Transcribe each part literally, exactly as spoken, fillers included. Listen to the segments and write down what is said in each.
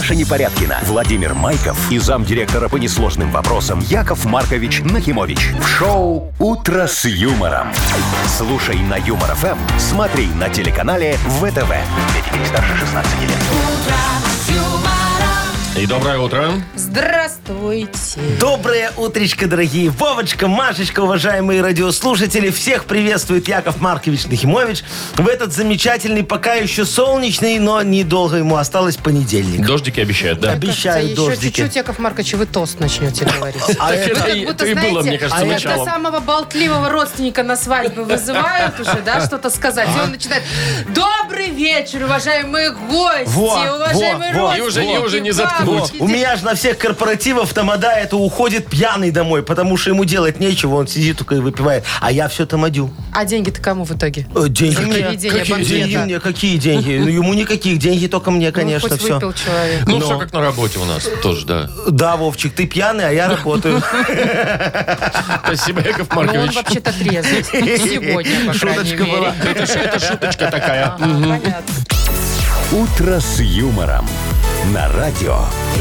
Маша Непорядкина, Владимир Майков и замдиректора по несложным вопросам Яков Маркович Нахимович. В шоу «Утро с юмором». Слушай на Юмор ФМ, смотри на телеканале ВТВ. Для детей старше шестнадцати лет. И доброе утро. Здравствуйте. Доброе утречко, дорогие. Вовочка, Машечка, уважаемые радиослушатели. Всех приветствует Яков Маркович Нахимович. В этот замечательный, пока еще солнечный, но недолго ему осталось понедельник. Дождики обещают, да? Обещают Кажется, дождики. еще чуть-чуть, Яков Маркович, вы тост начнете говорить. А Так это- это и- Будто, это и было, знаете, мне кажется, а началом. это самого болтливого родственника на свадьбу вызывают уже, да, что-то сказать. И он начинает: добрый вечер, уважаемые гости, Во, уважаемые во, во. родственники. И уже- и уже не заткнуть. Во, бабушки, у меня же на всех корпоративах тамада это уходит пьяный домой, потому что ему делать нечего, он сидит только и выпивает, а я все тамадю. А деньги-то кому в итоге? Э, Деньги За мне. проведение Какие банкета. деньги мне? Какие деньги? Ну, ему никаких, деньги только мне, конечно, Ну, хоть все. выпил человек. Ну, Но. все как на работе у нас тоже, да. Да, Вовчик, ты пьяный, а я работаю. Спасибо, Яков Но он Маркович. вообще-то трезвый. Сегодня, по крайней Шуточка мере. была. Это, ш- это шуточка такая. Ага, понятно. «Утро с юмором» на радио.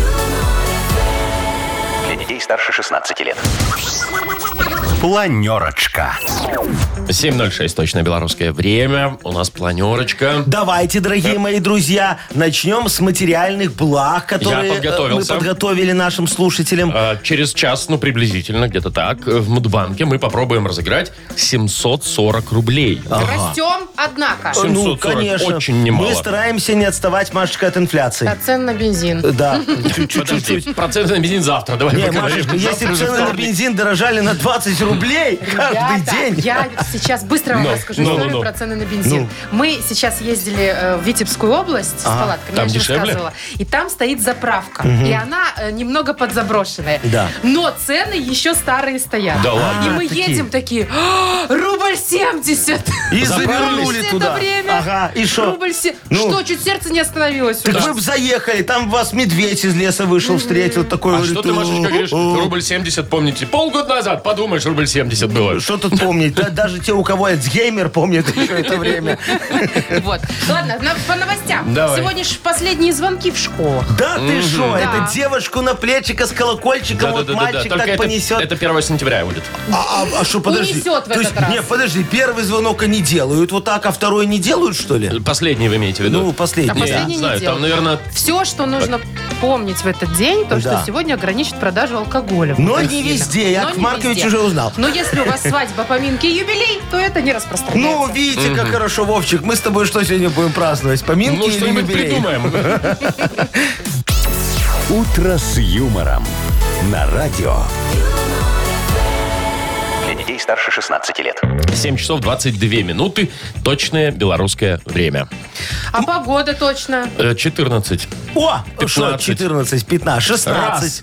Для детей старше шестнадцати лет. Планерочка. семь ноль шесть точно белорусское время. У нас планерочка. Давайте, дорогие мои друзья, начнем с материальных благ, которые Я э, мы подготовился. подготовили нашим слушателям. А, Через час, ну, приблизительно, где-то так, в Мудбанке мы попробуем разыграть семьсот сорок рублей. Растем, однако. семьсот Ну, сорок конечно. очень немало. Мы стараемся не отставать, Машечка, от инфляции. От цен на бензин. Да, чуть-чуть. Подожди, проценты на бензин завтра. Давай Не, поговорим. Машечка, если Завтра бы же цены на вторник. бензин дорожали на двадцать рублей каждый Ребята, день. я сейчас быстро вам Ну, расскажу ну, историю ну, ну. про цены на бензин. Ну. Мы сейчас ездили э, в Витебскую область с палатками, Там я же дешевле? рассказывала. И там стоит заправка. И она э, немного подзаброшенная. Да. Но цены еще старые стоят. Да ладно? И мы А, такие. едем такие: «А, рубль семьдесят. И Заправились? завернули Это туда. время. Ага, и что? Рубль се- Ну. Что, чуть сердце не остановилось Так уже. вы бы заехали, там вас медведь из леса вышел, встретил, такой... А говорит, что ты, Машечка, говоришь? «О, Рубль семьдесят, помните? Полгода назад, подумаешь, рубль семьдесят было. Что тут помнить? Да, даже те, у кого Альцгеймер, помнят еще это время. Вот. Ладно, на- по новостям. Давай. Сегодня ж последние звонки в школах. Да ты что? Да. Это девушку на плечико с колокольчиком, вот Да-да-да-да. мальчик Только так это, понесет. это первого сентября будет. А что, подожди. Унесет в То есть, этот раз. Не, подожди, первый звонок они делают вот так, а второй не делают, что ли? Последний вы имеете в виду? Ну, последний. А Не, последний не не знаю, делают. там, наверное, Все, что нужно помнить в этот день, то, Да. что сегодня ограничат продажу алкоголя. в Но магазинах. не везде, Но Яков не Маркович везде. уже узнал. Но если у вас свадьба, поминки и юбилей, то это не распространяется. Ну, видите, как хорошо, Вовчик. Мы с тобой что сегодня будем праздновать? Поминки ну или что-нибудь юбилей? придумаем. «Утро с юмором» на радио. Для детей старше шестнадцати лет. семь часов двадцать две минуты. Точное белорусское время. А погода точно. Э, четырнадцать. О, что, пятнадцать. четырнадцать, пятнадцать, шестнадцать.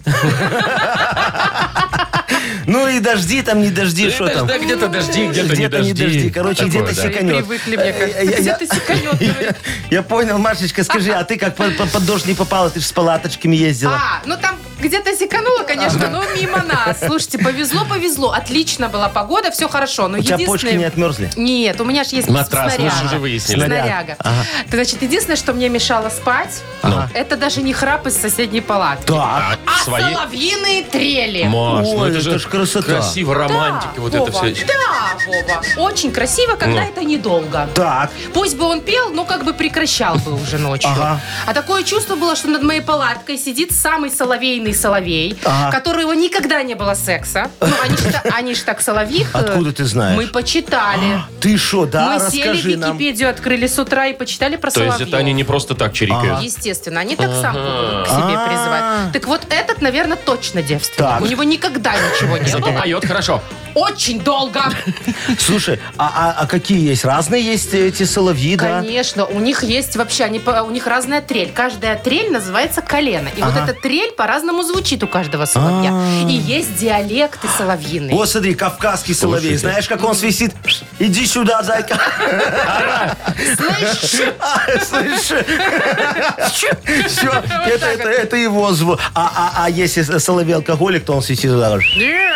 Ну и дожди там, не дожди, что там? Да, где-то дожди, где-то не Где-то не дожди. дожди. Короче, Такое, где-то да. секанет. Привыкли, мне кажется. Я- я- Где-то секанет, говорит. Я, я понял, Машечка, скажи, а ты как под, под- под дождь не попала? Ты же с палаточками ездила. А, ну там где-то секануло, конечно, но мимо нас. Слушайте, повезло, повезло. Отлично была погода, все хорошо. Но У тебя единственное- почки не отмерзли? Нет, у меня же есть Матрас, мы снаряга. же выяснили. Снаряга. Ага. Значит, единственное, что мне мешало спать, Ага. это даже не храп из соседней палатки. Так. А, А свои... соловьиные трели. Маш, ну Ой, это это же ж красота. красиво, романтика, Да, вот Вова, это все. Да, Вова. Очень красиво, когда Ну. это недолго. Так. Пусть бы он пел, но как бы прекращал бы уже ночью. Ага. А такое чувство было, что над моей палаткой сидит самый соловейный соловей, Ага. которого никогда не было секса. Ну, они ж та- они ж так соловьих. э, Откуда ты знаешь? Мы почитали. Ты что, да? Мы сели, Расскажи нам. Википедию открыли с утра и почитали про То есть соловьев. это они не просто так чирикают. Естественно, они так самку к себе А. призывают. Так вот, этот, наверное, точно девственник. Так. У него никогда ничего не Зато было. поет хорошо. Очень долго. Слушай, а, а- а какие есть? Разные есть эти соловьи, да? Конечно, у них есть вообще, они, по- у них разная трель. Каждая трель называется колено. И вот эта трель по-разному звучит у каждого соловья. И есть диалекты соловьиные. Вот смотри, кавказский соловей. Слушайте. Знаешь, как он свистит? Иди сюда, зайка. Слышь, А, слышь. Все, это, это, это его звук. А, а, а если соловей алкоголик, то он свистит туда.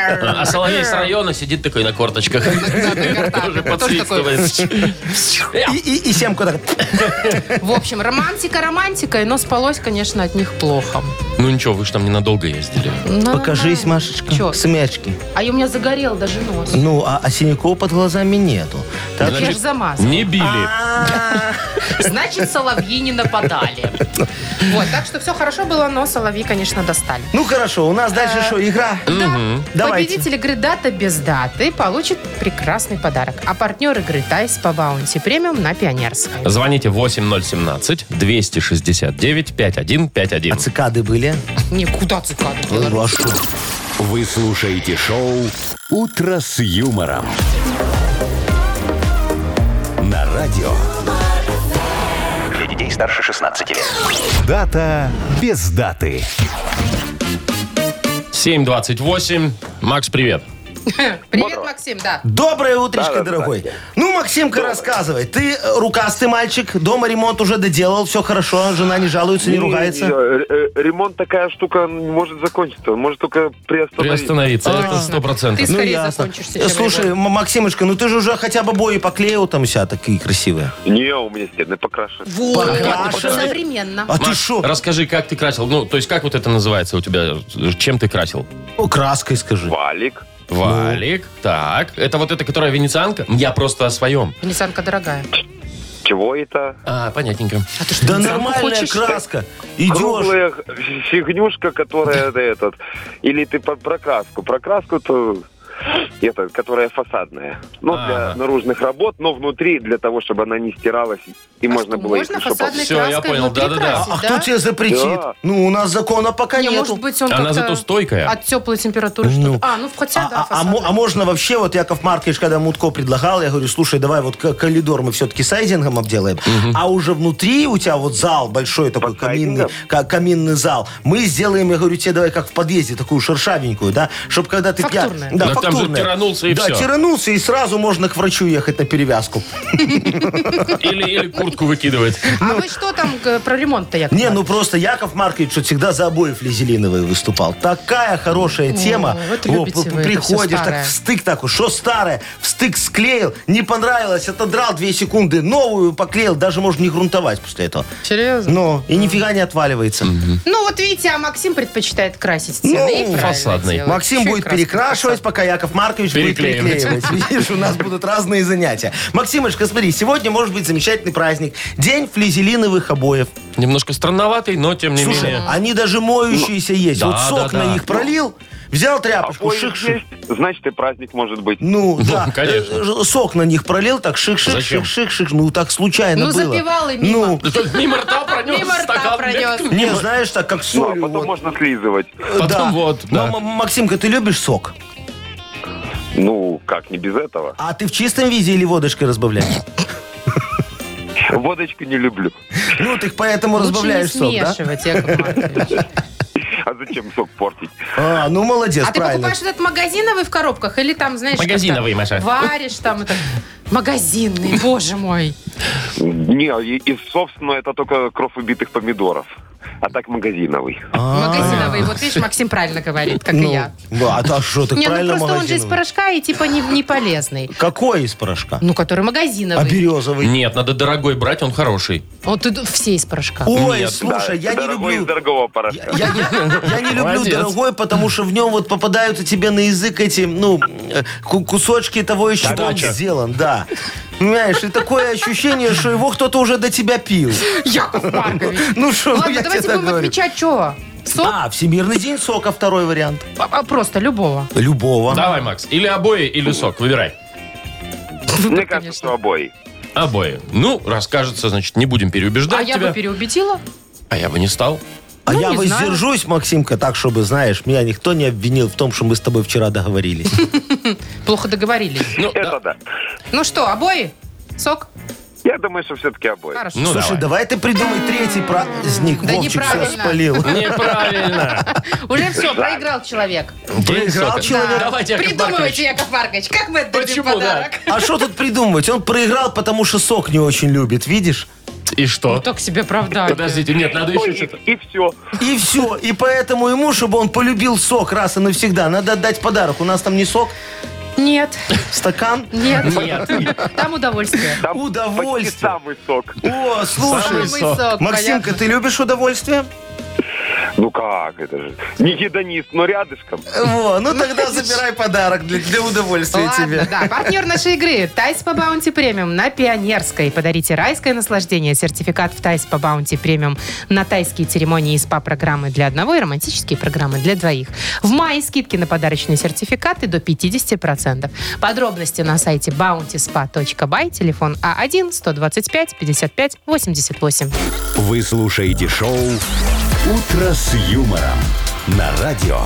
А Соловей с района сидит такой на корточках. Тоже подсвистывает. И, и, и семку так. В общем, романтика романтикой, но спалось, конечно, от них плохо. Ну ничего, вы же там ненадолго ездили. Покажись, Машечка. Чё? Смячки. А и у меня загорел даже нос. Ну, а, а синяков под глазами нету. Так Я что- ж замазала. Не били. А, Значит, соловьи не нападали. Вот, так что все хорошо было, но соловьи, конечно, достали. Ну хорошо, у нас дальше что, игра? Да. Давайте. Победитель игры «Дата без даты» получит прекрасный подарок. А партнер игры «Тайс» по баунти премиум на Пионерской. Звоните восемь ноль семнадцать двести шестьдесят девять пятьдесят один пятьдесят один. А цикады были? Никуда цикады. Ну, а шо? Вы слушаете шоу «Утро с юмором». На радио. Для детей старше шестнадцати лет. Дата без даты. семь двадцать восемь. Макс, привет. Привет, Максим, да. Доброе утречко, дорогой. Ну, Максимка, рассказывай. Ты э, рукастый мальчик, дома ремонт уже доделал, все хорошо, жена не жалуется, не ругается. Не, э, э, ремонт такая штука не может закончиться, он может только приостановиться. Приостановиться, это сто Ты процентов. скорее закончишься, чем Слушай, ремонт. М- Максимочка, ну ты же уже хотя бы обои поклеил там вся такие красивые. Не, у меня стены покрашены. Вот, Покрашенный. современно. А ты Макс, шо? расскажи, как ты красил. Ну, то есть, как вот это называется у тебя? Чем ты красил? О, краской скажи. Валик. Валик. Так. Это вот эта, которая венецианка? Я просто о своем. Венецианка дорогая. Чего это? А, понятненько. А ты что, Да венецианку нормальная хочешь? краска. Идешь. Круглая фигнюшка, которая это, этот. Или ты про прокраску. Прокраску-то это, которая фасадная. Ну, Ага. для наружных работ, но внутри для того, чтобы она не стиралась. И А можно что, было... можно если что, фасадной Всё, я краской понял, внутри да-да-да. красить, А да? кто тебе запретит? Да. Ну, у нас закона пока Не, нету. может быть, он Она как-то зато стойкая. от теплой температуры Ну. что-то... А, ну, хотя, да, А, а- а мо- фасадная. а можно вообще, вот Яков Маркович, когда Мутко предлагал, я говорю, слушай, давай вот к- коридор мы все-таки сайдингом обделаем, а уже внутри у тебя вот зал большой такой, Под каминный, сайдингом? ка- каминный зал. Мы сделаем, я говорю, тебе давай как в подъезде, такую шершавенькую, да, чтобы когда ты... пья- Фактурная. Да, Ну, там же фактурная. тиранулся и да, всё. тиранулся, и сразу можно к врачу ехать на перевязку. Или, или куртку выкидывать. А вы что там э, про ремонт-то, Яков Не, ну Маркович? просто Яков Маркович что всегда за обои флизелиновые выступал. Такая хорошая тема. вот любите п- вы это приходишь, всё так старое. в стык такой, что старое, в стык склеил, не понравилось, отодрал две секунды, новую поклеил, даже можно не грунтовать после этого. Серьезно? Ну, и нифига не отваливается. Ну, вот видите, а Максим предпочитает красить стены. Ну, и правильно фасадный. делает. Максим Еще и будет краску перекрашивать, фасад. пока Яков Маркович будет Переклеивать. переклеивать. Видишь, у нас будут разные занятия. Максимочка, смотри, сегодня может быть замечательный праздник. День флизелиновых обоев. Немножко странноватый, но тем не Слушай, менее. они даже моющиеся есть. да, Вот сок да, на да. них пролил, взял тряпочку, Обои шик-шик. есть, значит и праздник может быть. Ну, да. конечно. Э, Сок на них пролил, так Зачем? шик-шик-шик-шик-шик. Ну, так случайно Ну, было. запивал и мимо. Ну, Это мимо рта пронес Мимо рта стакан. пронес. не, знаешь, так как Ну, а солью. потом вот. можно слизывать. Потом Да. вот, да. М- М- Максимка, ты любишь сок? Ну, как не без этого. А ты в чистом виде или водочкой разбавляешь? Водочку не люблю. Ну, ты поэтому Лучше разбавляешь не сок, да? смешивать, Яков Маркович. А зачем сок портить? А, ну, молодец, А ты правильно. покупаешь этот магазиновый в коробках или там, знаешь, Магазиновый, как-то Маша. варишь там это... Магазинный, боже мой. Не, и- из собственного это только кровь убитых помидоров. А так магазиновый. Магазиновый. Вот видишь, Максим правильно говорит, как и Ну, я. да, а что, так Не, ну правильно просто он же из магазиновый. порошка и типа не, не полезный. Какой из порошка? Ну, который А магазиновый. березовый? Нет, надо дорогой брать, он хороший. Вот тут все из порошка. Ой, Нет, слушай, я не Дорогой из люблю... дорогого порошка. Я, не- я не люблю Молодец. дорогой, потому что в нем вот попадаются тебе на язык эти, ну, э, ку- кусочки того, из чего он Подача. сделан, да. Понимаешь, и такое ощущение, что его кто-то уже до тебя пил. Яков Маркович. Ну что, ну Ладно, я давайте тебе так будем говорю. отмечать что? Сок? А, Всемирный день сока, второй вариант. А, а, просто любого. Любого. Давай, Макс. Или обои, или сок. Выбирай. Мне кажется, что обои. Обои. Ну, раз кажется, значит, не будем переубеждать А я тебя. бы переубедила. А я бы не стал. А Ну, я не знаю. воздержусь, Максимка, так, чтобы, знаешь, меня никто не обвинил в том, что мы с тобой вчера договорились. Плохо договорились. Ну, Это да. да. Ну что, обои? Сок? Я думаю, что все-таки обои. Хорошо. Ну, Слушай, давай. давай ты придумай третий праздник. Да Вовчик все неправильно. спалил. Неправильно. Уже все, проиграл человек. День Проиграл сока. человек. Давайте, Яков Придумывайте, Маркович. Яков Маркович, как мы отдадим Почему, да? подарок? А что тут придумывать? Он проиграл, потому что сок не очень любит, видишь? И что? Так себе оправдание. Подождите, нет, надо еще И, что-то. и все. И все. И поэтому ему, чтобы он полюбил сок раз и навсегда, надо отдать подарок. У нас там не сок, Нет, стакан. нет. Нет. Там удовольствие. Там Удовольствие. почти самый сок. О, слушай, Самый сок, Максимка, понятно. ты любишь удовольствие? Ну как, это же не гедонист, но рядышком. Во, ну тогда забирай подарок для, для удовольствия Ладно, тебе. да. Партнер нашей игры Тайс по Баунти Премиум на Пионерской. Подарите райское наслаждение. Сертификат в Тайс по Баунти Премиум на тайские церемонии и СПА-программы для одного и романтические программы для двоих. В мае скидки на подарочные сертификаты до пятьдесят процентов. Подробности на сайте баунти спа точка бай. Телефон А один сто двадцать пять пятьдесят пять восемьдесят восемь. Вы слушаете шоу «Утро с юмором» на радио.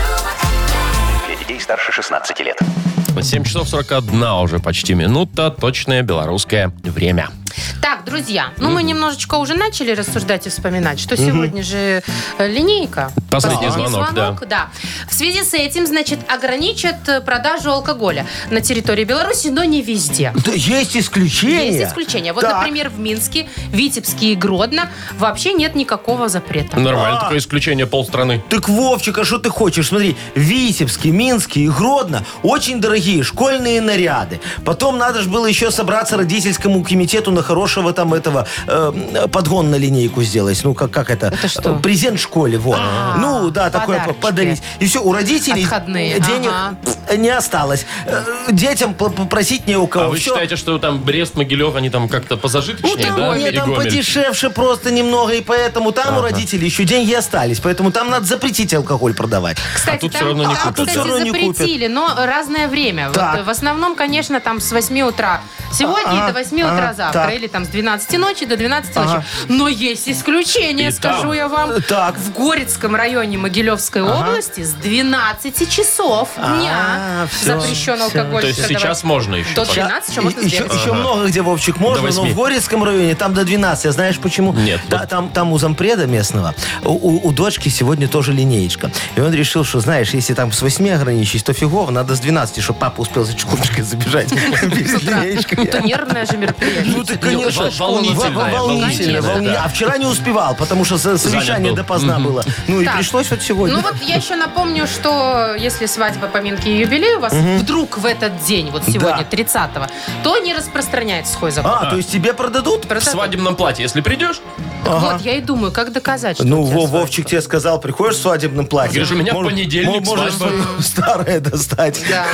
Для детей старше шестнадцати лет. семь часов сорок одна уже почти минута. Точное белорусское время. Так, друзья, ну мы немножечко уже начали рассуждать и вспоминать, что сегодня же э, линейка. Последний звонок, да. В связи с этим, значит, ограничат э, продажу алкоголя на территории Беларуси, но не везде. Да есть исключения. Есть исключения. Вот, Так. например, в Минске, Витебске и Гродно вообще нет никакого запрета. Нормально, А. такое исключение полстраны. Так, Вовчик, а что ты хочешь? Смотри, Витебске, Минске и Гродно очень дорогие школьные наряды. Потом надо же было еще собраться родительскому комитету на хорошего там этого э, подгон на линейку сделать. Ну, как, как это? Это что? Презент школе, вот. А, Ну, да, такое подарочки. подарить. И все, у родителей Отходные, денег ага. не осталось. Э, Детям п- попросить не у кого. А вы Всё. считаете, что там Брест, Могилев, они там как-то Ну, позажиточнее, там, да? нет, Или там Гомель? подешевше просто немного, и поэтому там у родителей еще деньги остались. Поэтому там надо запретить алкоголь продавать. Кстати, А тут там, всё равно не там, купят, кстати, да. Всё равно не купят. запретили, но разное время. Так. Вот, в основном, конечно, там с восьми утра сегодня Ага, и до восьми утра ага, завтра. так. Или там с двенадцати ночи до двенадцати Ага. ночи. Но есть исключение, И скажу там. я вам. Так. В Горецком районе Могилевской области с двенадцати часов дня А, всё, запрещен всё. алкоголь То есть продавать. сейчас можно еще. До пока. двенадцати еще можно еще, сделать. еще много где, Вовчик, можно, До но восьми. в Горецком районе там до двенадцати. А знаешь почему? Нет. Да, там, там у зампреда местного, у, у- у дочки сегодня тоже линеечка. И он решил, что, знаешь, если там с восьми ограничить, то фигово, надо с двенадцати, чтобы папа успел за чекушкой забежать. Без линеечки. Ну, это нервное же мероприятие. Ну, ты, конечно. вол- волнительное, Во- во- волнительное, волнительное, волнительное. да. А вчера не успевал, потому что со- совещание был. допоздна было. Ну, и Так. пришлось вот сегодня. Ну вот я еще напомню, что если свадьба, поминки и юбилей у вас вдруг в этот день, вот сегодня, Да. тридцатого, то не распространяется сухой закон. А, то есть тебе продадут? В Продадут. свадебном платье, если придешь, Вот, я и думаю, как доказать, что Ну, у тебя Во- свадьба. Вовчик тебе сказал, приходишь в свадебном платье. Говоришь, у меня в Мож- понедельник мо- Можешь свадьба. свое старое достать, Да.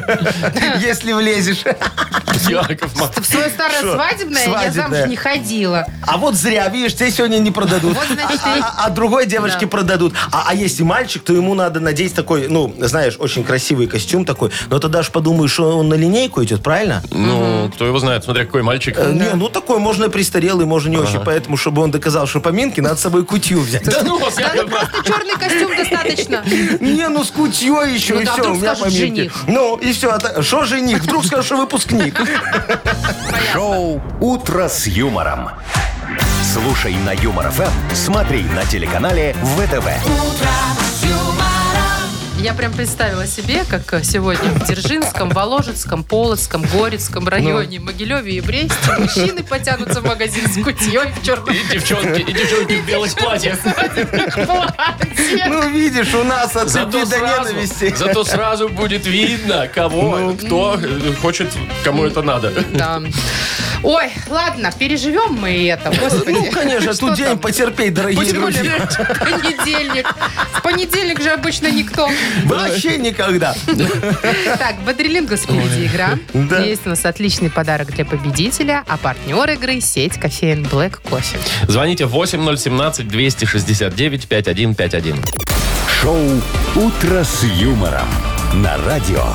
если влезешь. Яков Маркович. В свое старое Шо? свадебное я Свадебное. замуж не ходила. А вот зря, видишь, тебе сегодня не продадут. Вот, значит, а, и- а- а другой девочке Да. продадут. А, а если мальчик, то ему надо надеть такой, ну, знаешь, очень красивый костюм такой. Но тогда ж подумаешь, что он на линейку идет, правильно? Ну, кто его знает, смотря какой мальчик. Э, Не, ну такой, можно престарелый, можно не очень. Поэтому, чтобы он доказал, что поминки, надо с собой кутью взять. Да ну вас, Да ну Яков Маркович. просто черный костюм достаточно. Не, ну с кутьей еще, Ну и да, все, вдруг у меня скажут, поминки. жених. Ну, и все. Что жених? Вдруг скажет, что выпускник. Шоу «Утро с юмором». Слушай на Юмор ФМ, смотри на телеканале ВТВ. Я прям представила себе, как сегодня в Дзержинском, Воложецком, Полоцком, Горецком районе, Могилеве и Бресте мужчины потянутся в магазин с кутьей в черном И девчонки, и девчонки в белых платьях. платье. Ну, видишь, у нас от Зато любви до сразу, ненависти. зато сразу будет видно, кого, кто э, хочет, кому это надо. Да. Ой, ладно, переживем мы и это, господи. Ну, конечно, Что тут день там? потерпеть, дорогие Тем более друзья. понедельник. В понедельник же обычно никто. Вообще никогда. Так, Бодрилингус впереди игра. Да. Есть у нас отличный подарок для победителя, а партнер игры — сеть кофеин Black Coffee. Звоните восемь ноль семнадцать двести шестьдесят девять пятьдесят один пятьдесят один. Шоу «Утро с юмором» на радио.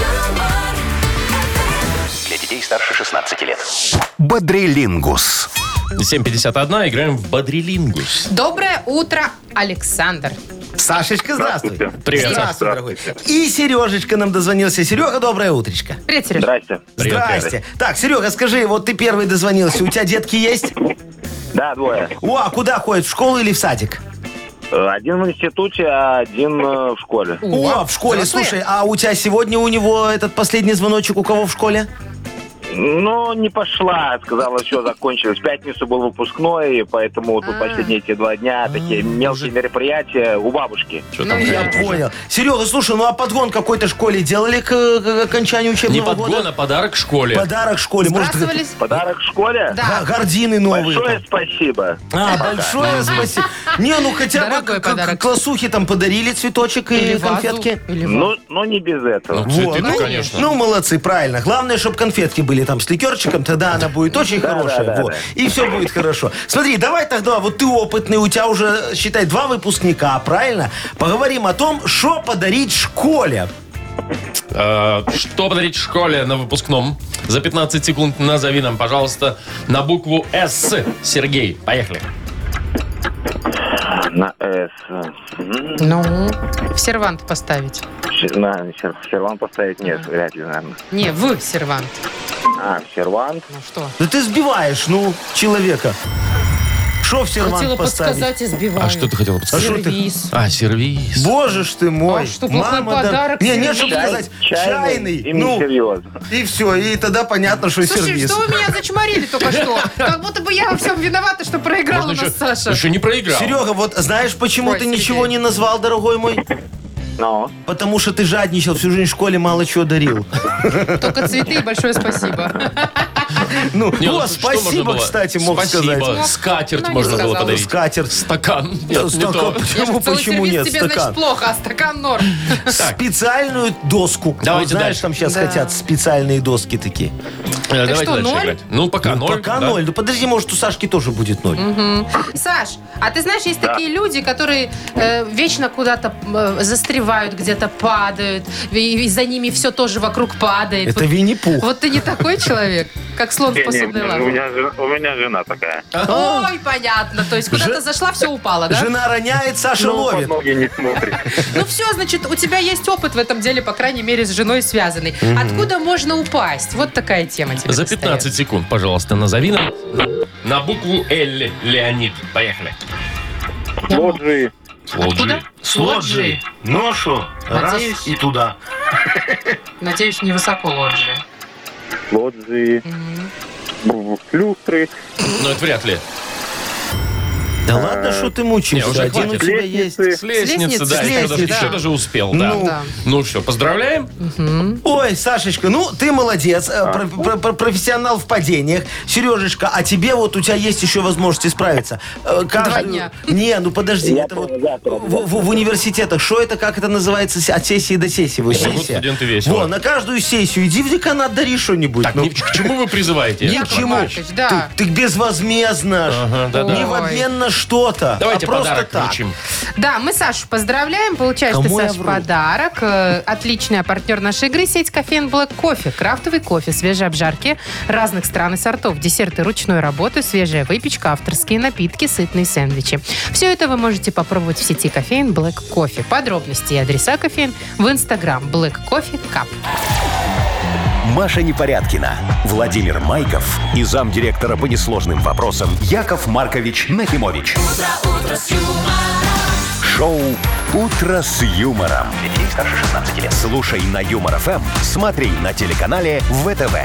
Для детей старше шестнадцати лет. Бодрилингус. семь пятьдесят один, играем в Бодрилингус. Доброе утро, Александр. Сашечка, здравствуй. Привет. Здравствуй, дорогой. И Сережечка нам дозвонился. Серега, доброе утречко. Привет, Сереж. Здрасте. Привет, Здрасте. Так, Серега, скажи, вот ты первый дозвонился. У тебя детки есть? Да, двое. О, а куда ходят? В школу или в садик? Э, Один в институте, а один э, в школе. О, в школе. взрослые. Слушай, а у тебя сегодня у него этот последний звоночек у кого в школе? Но не пошла, сказала, все, закончилось. В пятницу был выпускной, и поэтому тут А. последние эти два дня такие мелкие мероприятия у бабушки. Что Ну, там? я прям? Понял. Серега, слушай, ну а подгон какой-то школе делали к, к окончанию учебного Не года? подгон, а подарок школе. Подарок школе. Может, Сбрасывались? Подарок в школе? Да. га- гордины новые. Большое там. спасибо. А, большое спасибо. Не, ну хотя бы Дорогой к- к- подарок. классухе там подарили цветочек и Или вазу, конфетки. или Ну, вазу. но не без этого. Ну, цветы, Вот. ну, конечно. Ну, молодцы, правильно. Главное, чтобы конфетки были там с ликерчиком, тогда она будет очень Да, хорошая. да, да, Вот. да. И все будет хорошо. Смотри, давай тогда, вот ты опытный, у тебя уже, считай, два выпускника, правильно? Поговорим о том, что подарить школе. Э, Что подарить школе на выпускном? За пятнадцать секунд назови нам, пожалуйста, на букву «С». Сергей, поехали. На С. М, Ну, в сервант поставить. щ- На сер- сервант поставить нет, вряд ли, наверное. Не, в сервант. А, сервант. Ну что? Да ты сбиваешь, ну, человека. Что в сервант Хотела поставить? подсказать и сбиваю. А что ты хотела подсказать? А что ты- Сервис. А, сервис. Боже ж ты мой. А что, плохой Мама, да- подарок, Не, не, сервис? чтобы сказать, чайный. И ну, несерьезно. и все, и тогда понятно, что Слушай, сервис. что вы меня зачморили только что? Как будто бы я во всем виновата, что проиграл у Можно нас еще, Саша. еще не проиграл. Серега, вот знаешь, почему Ой, ты Сергей. ничего не назвал, дорогой мой? Но. Потому что ты жадничал, всю жизнь в школе мало чего дарил. Только цветы и большое спасибо. Ну, Не, ну, о, что можно спасибо, было? кстати, мог Спасибо. сказать. Скатерть Ну, не можно было сказала. подарить. Скатерть. Стакан. Нет, не Стакан. то. Почему, Целый почему сервис нет тебе, значит, стакан? плохо, а стакан норм. Специальную доску. Давайте Вот знаешь, дальше. там сейчас Да. хотят специальные доски такие. Э, Давайте что, дальше ноль? играть. Ну, пока Ну, ноль. пока да. ноль. Ну подожди, может, у Сашки тоже будет ноль. Саш, а ты знаешь, есть такие люди, которые э, вечно куда-то э, застревают, где-то падают, и, и за ними все тоже вокруг падает. Это вот, Винни-Пух. вот ты не такой человек, как слон в Не, не, посудной у лавке. меня, жена- у меня жена такая. Ой, понятно. То есть куда-то Же- зашла, все упало, да? Жена роняет, Саша Ну, под ловит. ноги не смотрит. Ну все, значит, у тебя есть опыт в этом деле, по крайней мере, с женой связанный. Откуда можно упасть? Вот такая тема тебе За предстоит. пятнадцать секунд, пожалуйста, назови нам на букву «Л». Леонид. Поехали. Лоджии. Откуда? С Лоджии. Ну что, раз Надеюсь. и туда. Надеюсь, не высоко лоджии. Лоджии. Б- Люстры. Ну, это вряд ли. Да ладно, что ты Не, мучаешься? уже Один у хватит. тебя есть. Лестницы. С лестницы, лестницы, да, с еще, даже, лестницы, еще да. даже успел, да. Ну. Да. Ну все, поздравляем. Ой, Сашечка, ну ты молодец, э, про- про- про- профессионал в падениях. Сережечка, а тебе вот у тебя есть еще возможность исправиться. Э, каждую- дня. Не, ну подожди, Я это вот завтра, в, в- в университетах, что это, как это называется, с- от сессии до сессии? Вот Живут сессия. студенты весело. Во, на каждую сессию иди в деканат, дари что-нибудь. Так, ну. ни- к чему вы призываете? Ни к Яков чему. Маркович, да. Ты, ты безвозмездно ж. Ага, да-да. Не в Ой. обмен на что-то, Давайте а просто подарок так. вручим. Да, мы Сашу поздравляем. Получаешь Кому ты, я Саш, вру? подарок. Э, Отличный партнер нашей игры — сеть кофеин Black Кофе. Крафтовый кофе, свежие обжарки разных стран и сортов, десерты ручной работы, свежая выпечка, авторские напитки, сытные сэндвичи. Все это вы можете попробовать в сети кофеин Black Кофе. Подробности и адреса кофеин в инстаграм Black Coffee Cup. Маша Непорядкина, Владимир Майков и замдиректора по несложным вопросам Яков Маркович Нахимович. Шоу «Утро с юмором». Для детей старше шестнадцати лет. Слушай на Юмор ФМ, смотри на телеканале ВТВ.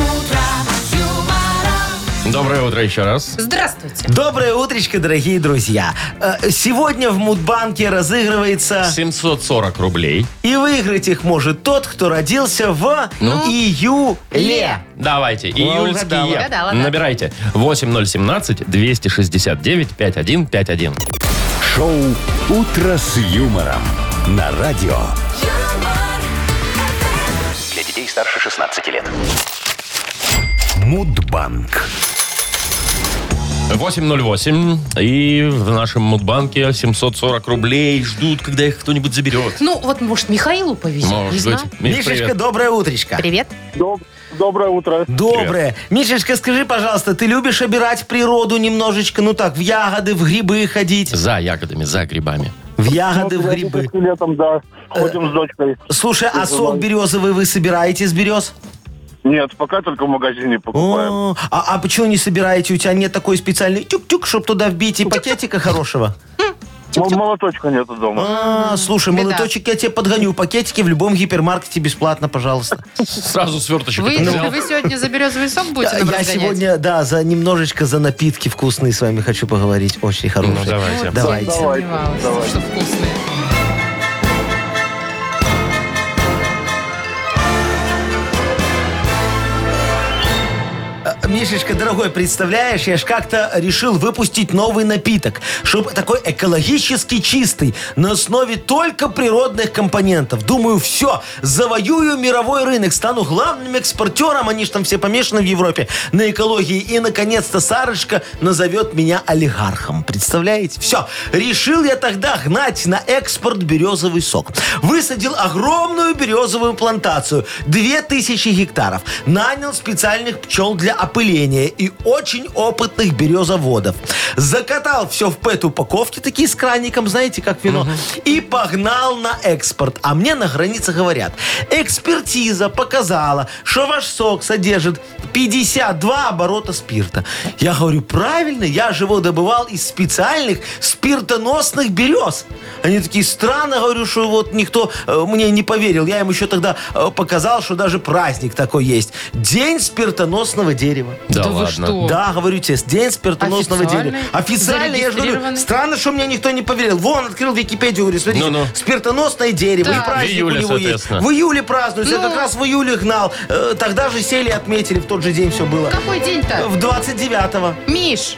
Доброе утро еще раз. Здравствуйте. Доброе утречко, дорогие друзья. Э, Сегодня в Мудбанке разыгрывается... семьсот сорок рублей. И выиграть их может тот, кто родился в июле. Давайте, угадала. июльские. Угадала, да. Набирайте восемь ноль семнадцать двести шестьдесят девять пятьдесят один пятьдесят один. Шоу «Утро с юмором» на радио. Для детей старше шестнадцати лет. Мудбанк. восемь ноль восемь. И в нашем Мудбанке семьсот сорок рублей ждут, когда их кто-нибудь заберет. Ну, вот, может, Михаилу повезет, не Может знаю. быть. Миш, Мишечка, привет. доброе утречко. Привет. Доб- Доброе утро. Доброе. Мишечка, скажи, пожалуйста, ты любишь обирать природу немножечко, ну так, в ягоды, в грибы ходить? За ягодами, за грибами. В ягоды, в грибы. Летом, да. Ходим с дочкой. Слушай, а сок березовый вы собираете с берез? Нет, пока только в магазине покупаем. О, а, а почему не собираете? У тебя нет такой специальной тюк-тюк, чтобы туда вбить и пакетика хорошего? Тюк-тюк. Молоточка нету дома. А, слушай, беда. молоточек я тебе подгоню. Пакетики в любом гипермаркете бесплатно, пожалуйста. Сразу сверточек Вы, взял. вы сегодня за березовый сок будете нам Я разгонять? сегодня, да, за немножечко за напитки вкусные с вами хочу поговорить. Очень хорошие. Ну, давайте. Вот Давайте. я и сомневалась, Давайте. что вкусные. Мишечка, дорогой, представляешь, я ж как-то решил выпустить новый напиток, чтобы такой экологически чистый, на основе только природных компонентов. Думаю, все, завоюю мировой рынок, стану главным экспортером, они же там все помешаны в Европе на экологии, и, наконец-то, Сарочка назовет меня олигархом. Представляете? Все, решил я тогда гнать на экспорт березовый сок. Высадил огромную березовую плантацию, две тысячи гектаров, нанял специальных пчел для опыления и очень опытных березоводов. Закатал все в пэт-упаковки, такие с краником, знаете, как вино, и погнал на экспорт. А мне на границе говорят, экспертиза показала, что ваш сок содержит пятьдесят два оборота спирта. Я говорю, правильно, я же его добывал из специальных спиртоносных берез. Они такие, странно, говорю, что вот никто э, мне не поверил. Я им еще тогда э, показал, что даже праздник такой есть. День спиртоносного дерева. Да Да вы ладно. что? Да, говорю тебе, день спиртоносного Официальный? дерева. Официально, я же говорю, Зарегистрированный? странно, что мне никто не поверил. Вон, открыл Википедию, говорю, смотрите, Ну-ну. спиртоносное дерево, Да. и праздник В июле, у него есть. соответственно. В июле празднуется, Ну. я как раз в июле гнал. Э, Тогда же сели и отметили, в тот же день все было. Какой день-то? В двадцать девятого. Миш,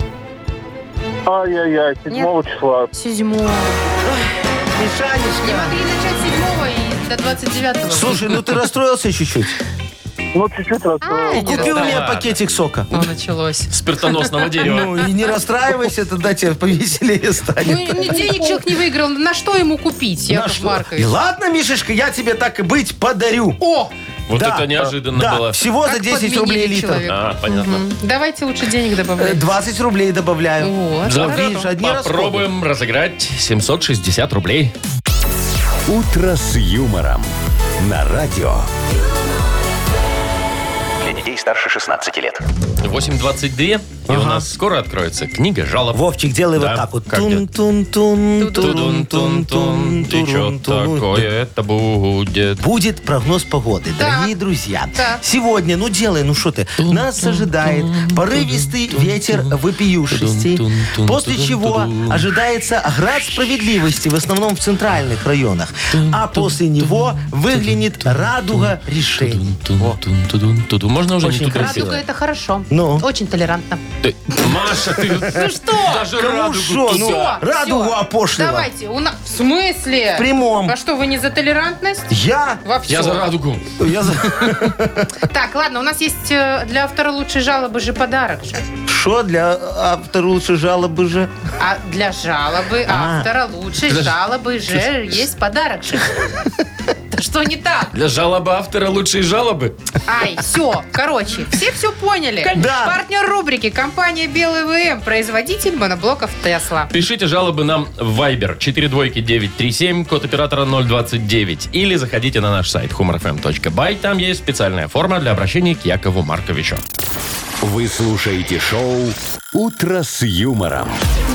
Ай-яй-яй, седьмого числа. седьмого. Не Мишанечка. могли начать седьмого и до двадцать девятого. Слушай, ну ты расстроился чуть-чуть. Ну, чуть-чуть расстроил. Ай, Купи у да меня ладно. пакетик сока. Ну, началось. Спиртоносного дерева. Ну и не расстраивайся, тогда тебе повеселее Ну, станет. ни денег человек не выиграл. На что ему купить, На Яков что? Маркович? И ладно, Мишечка, я тебе так и быть подарю. О! Вот Да. это неожиданно Да, было. всего за Как десять подменили рублей литр. человека. А, понятно. Мгм. Давайте лучше денег Э, добавлять. двадцать рублей добавляю. Вот. Да, хорошо. видишь, одни расходы. Попробуем разыграть семьсот шестьдесят рублей. «Утро с юмором» на радио. Для детей старше шестнадцати лет. восемь двадцать два, и у Ага. нас скоро откроется книга жалоб. Вовчик, делай Да, вот так вот. как Тун-тун-тун, Тун-тун-тун-тун. тун-тун-тун, И что тун-тун. такое это будет? Будет прогноз погоды, Так. дорогие друзья. Так. Сегодня, ну делай, ну что ты, нас ожидает порывистый ветер вопиюшести, после чего ожидается град справедливости, в основном в центральных районах, а после него выглянет радуга решений. Во. Тун-тун-тун-тун. Можно уже не Очень тут красиво. Радуга это хорошо. Ну? Очень толерантно. Ты- Маша, ты Ну что? даже Кому радугу шо? туда. Ну, Всё, радугу всё. опошлила. Давайте. У нас... В смысле? В прямом. А что, вы не за толерантность? Я? Во всем. Я за радугу. Я за... Так, ладно, у нас есть э, для автора лучшей жалобы же подарок же. Что для автора лучше жалобы же? А для жалобы А. автора лучшей Подожди. жалобы же есть подарок же. Да что не так? Для жалобы автора лучшие жалобы. Ай, все, короче, все все поняли. Да. Партнер рубрики компания Белый ВМ, производитель моноблоков Тесла. Пишите жалобы нам в Viber четыре двойки девять три семь, код оператора ноль двадцать девять. Или заходите на наш сайт humor f m точка by. Там есть специальная форма для обращения к Якову Марковичу. Вы слушаете шоу «Утро с юмором»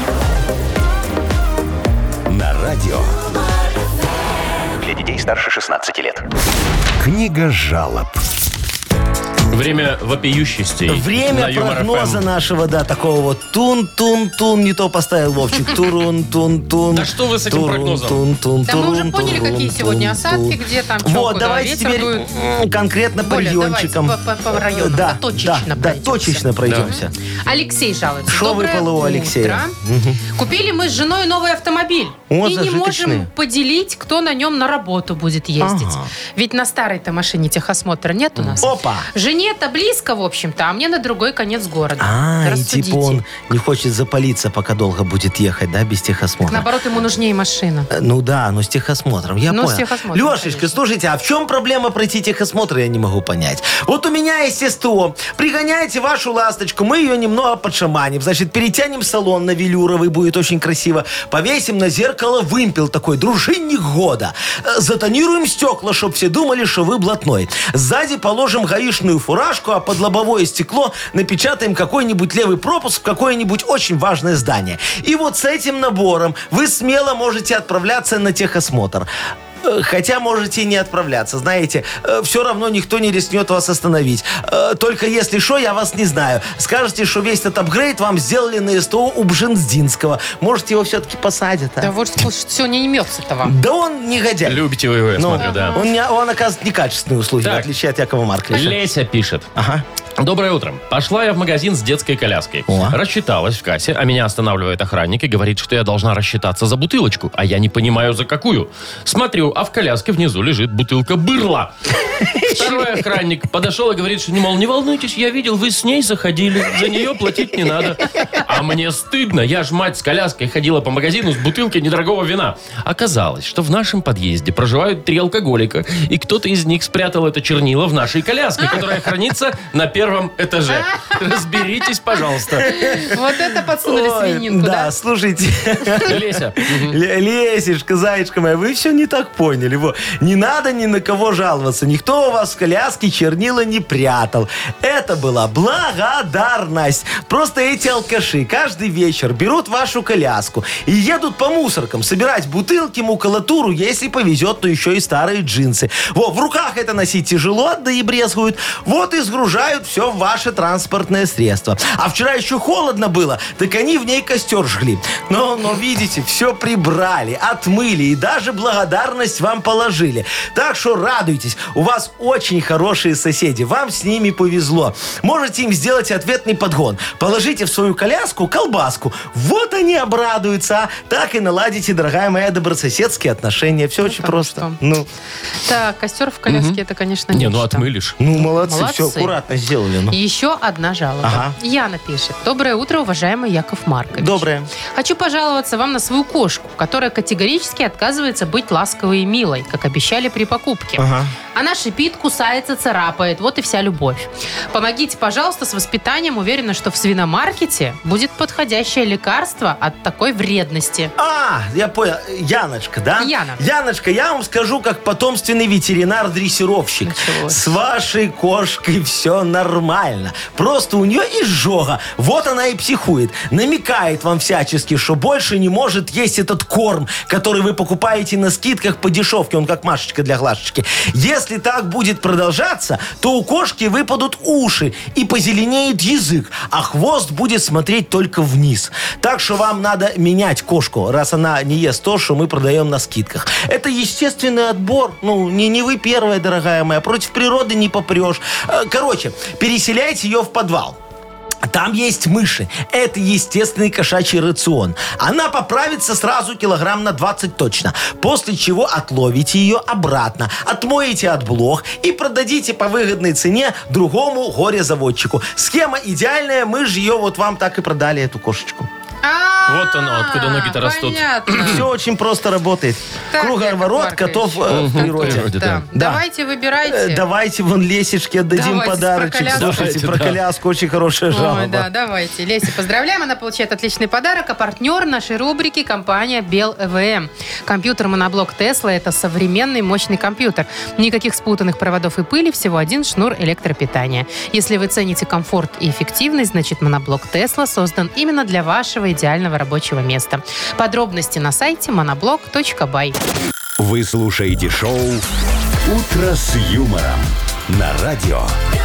на радио. Для детей старше шестнадцати лет. Книга жалоб. Время вопиющести. Время на Юмор прогноза эф эм. нашего, да, такого вот тун-тун-тун, не то поставил Вовчик, турун-тун-тун. Да что вы с этим турун, прогнозом? тун-тун, Да мы уже турун, поняли, турун, какие сегодня тун, осадки, тун. где там, чё, Вот, куда давайте ветер теперь дует. м, конкретно по Коля, региончикам. давайте по- по- по районам, Да, да, точечно да, да, пройдемся. точечно пройдемся. Алексей жалуется. Шо Доброе выпало у утро. Алексея? Купили мы с женой новый автомобиль. О, и не зажиточные. можем поделить, кто на нем на работу будет ездить. Ага. Ведь на старой-то машине техосмотра нет у нас. Опа! Жене-то близко, в общем-то, а мне на другой конец города. А, и Рассудите. типа он не хочет запалиться, пока долго будет ехать, да, без техосмотра. Наоборот, ему нужнее машина. Э, Ну да, но с техосмотром, я Ну, с понял. техосмотром, Лешечка, конечно. слушайте, а в чем проблема пройти техосмотр, я не могу понять. Вот у меня есть СТО. Пригоняйте вашу ласточку, мы ее немного подшаманим. Значит, перетянем салон на велюровый, будет очень красиво. Повесим на зеркало вымпел такой, дружинник года. Э, Затонируем стекла, чтобы все думали, что вы блатной. Сзади положим гаишную форму. фуражку, а под лобовое стекло напечатаем какой-нибудь левый пропуск в какое-нибудь очень важное здание. И вот с этим набором вы смело можете отправляться на техосмотр. Хотя можете и не отправляться, знаете, все равно никто не рискнет вас остановить. Только если что, я вас не знаю. Скажете, что весь этот апгрейд вам сделали на СТО у Бженздинского. Может, его все-таки посадят, а? Да вот все не имется-то вам. Да он негодяй. Любите вы его, я Ну, смотрю, да. Он, не- он оказывает некачественные услуги, Так. в отличие от Якова Марковича. Леся пишет. Ага. Доброе утро. Пошла я в магазин с детской коляской. О. Рассчиталась в кассе, а меня останавливает охранник и говорит, что я должна рассчитаться за бутылочку, а я не понимаю, за какую. Смотрю, а в коляске внизу лежит бутылка бырла. Второй охранник подошел и говорит, что, мол, не волнуйтесь, я видел, вы с ней заходили, за нее платить не надо. А мне стыдно, я ж мать с коляской ходила по магазину с бутылкой недорогого вина. Оказалось, что в нашем подъезде проживают три алкоголика, и кто-то из них спрятал это чернило в нашей коляске, которая хранится на первом этаже. Разберитесь, пожалуйста. Вот это подсунули Ой, свининку, да, да? слушайте. Леся. Ле- Лесечка, зайчка моя, вы все не так поняли. Во. Не надо ни на кого жаловаться. Никто у вас в коляске чернила не прятал. Это была благодарность. Просто эти алкаши каждый вечер берут вашу коляску и едут по мусоркам собирать бутылки, макулатуру, если повезет, то еще и старые джинсы. Во, в руках это носить тяжело, да и брезгуют. Вот и сгружают все в ваше транспортное средство. А вчера еще холодно было, так они в ней костер жгли. Но, но видите, все прибрали, отмыли и даже благодарность вам положили. Так что радуйтесь, у вас очень хорошие соседи, вам с ними повезло. Можете им сделать ответный подгон. Положите в свою коляску колбаску. Вот они обрадуются, а так и наладите, дорогая моя, добрососедские отношения. Все очень потому просто. что. Ну, Так, костер в коляске, это, конечно, Не, ну нечто. отмылишь. ну молодцы, Молодцы. все аккуратно сделали. Ну. И еще одна жалоба. Ага. Яна пишет. Доброе утро, уважаемый Яков Маркович. Доброе. Хочу пожаловаться вам на свою кошку, которая категорически отказывается быть ласковой и милой, как обещали при покупке. Ага. Она шипит, кусается, царапает. Вот и вся любовь. Помогите, пожалуйста, с воспитанием. Уверена, что в свиномаркете будет подходящее лекарство от такой вредности. А, я понял. Яночка, да? Яна. Яночка, я вам скажу, как потомственный ветеринар-дрессировщик. Началось. С вашей кошкой все нормально. Просто у нее изжога. Вот она и психует. Намекает вам всячески, что больше не может есть этот корм, который вы покупаете на скидках по дешевке. Он как Машечка для Глашечки. Если так будет продолжаться, то у кошки выпадут уши и позеленеет язык, а хвост будет смотреть только вниз. Так что вам надо менять кошку, раз она не ест то, что мы продаем на скидках. Это естественный отбор. Ну, не, не вы первая, дорогая моя. Против природы не попрешь. Э, Короче, переселяйте ее в подвал. Там есть мыши. Это естественный кошачий рацион. Она поправится сразу килограмм на двадцать точно. После чего отловите ее обратно, отмоете от блох и продадите по выгодной цене другому горе-заводчику. Схема идеальная. Мы же ее вот вам так и продали, эту кошечку. Вот оно, откуда ноги-то растут. Понятно. Все очень просто работает. Так, Круговорот Яков котов Маркович. э, в природе. природе. Да. Да. Да. Давайте выбирайте. Э, Давайте вон Лесечке отдадим Давайте, подарочек. про коляску. Слушайте, Давайте, про да. коляску очень хорошая жалоба. Ой, да, давайте. Леся, поздравляем. Она получает отличный подарок. А партнер нашей рубрики — компания Бел-ЭВМ. Компьютер моноблок Тесла — это современный мощный компьютер. Никаких спутанных проводов и пыли, всего один шнур электропитания. Если вы цените комфорт и эффективность, значит моноблок Тесла создан именно для вашего идеального рабочего места. Подробности на сайте моноблок точка бай. Вы слушаете шоу «Утро с юмором» на радио.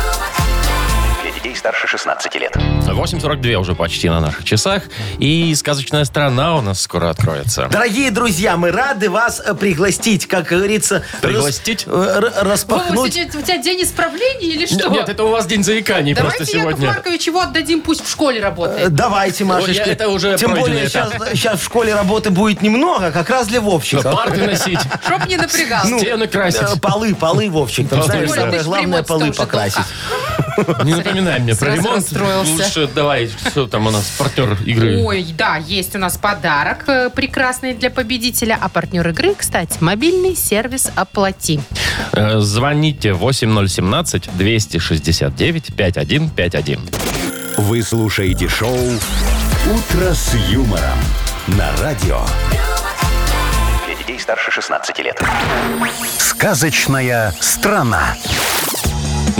Для детей старше шестнадцати лет. восемь сорок два уже почти на наших часах. И сказочная страна у нас скоро откроется. Дорогие друзья, мы рады вас э, пригласить, как говорится, Пригласить? рас- э, р- Вова, распахнуть. сегодня у тебя день исправления или что? Нет, это у вас день заиканий Давайте просто Яков сегодня. Маркович его отдадим, пусть в школе Э, работает. Давайте, Машечка. Ой, это уже Тем пройденный более этап. сейчас, сейчас в школе работы будет немного, как раз для Вовчика. Парты носить, Чтоб не напрягался. стены красить. Э, Полы, полы, Вовчик. Там, Полы, знаешь, да. самое Ты ж главное, ремонт полы тоже покрасить. Не напоминай мне про Сразу ремонт. расстроился. Лучше давай, что там у нас, партнер игры. Ой, да, есть у нас подарок э, прекрасный для победителя. А партнер игры, кстати, мобильный сервис «Оплати». Э, Звоните восемь ноль семнадцать двести шестьдесят девять пятьдесят один пятьдесят один. Вы слушаете шоу «Утро с юмором» на радио. Для детей старше шестнадцати лет. Сказочная страна.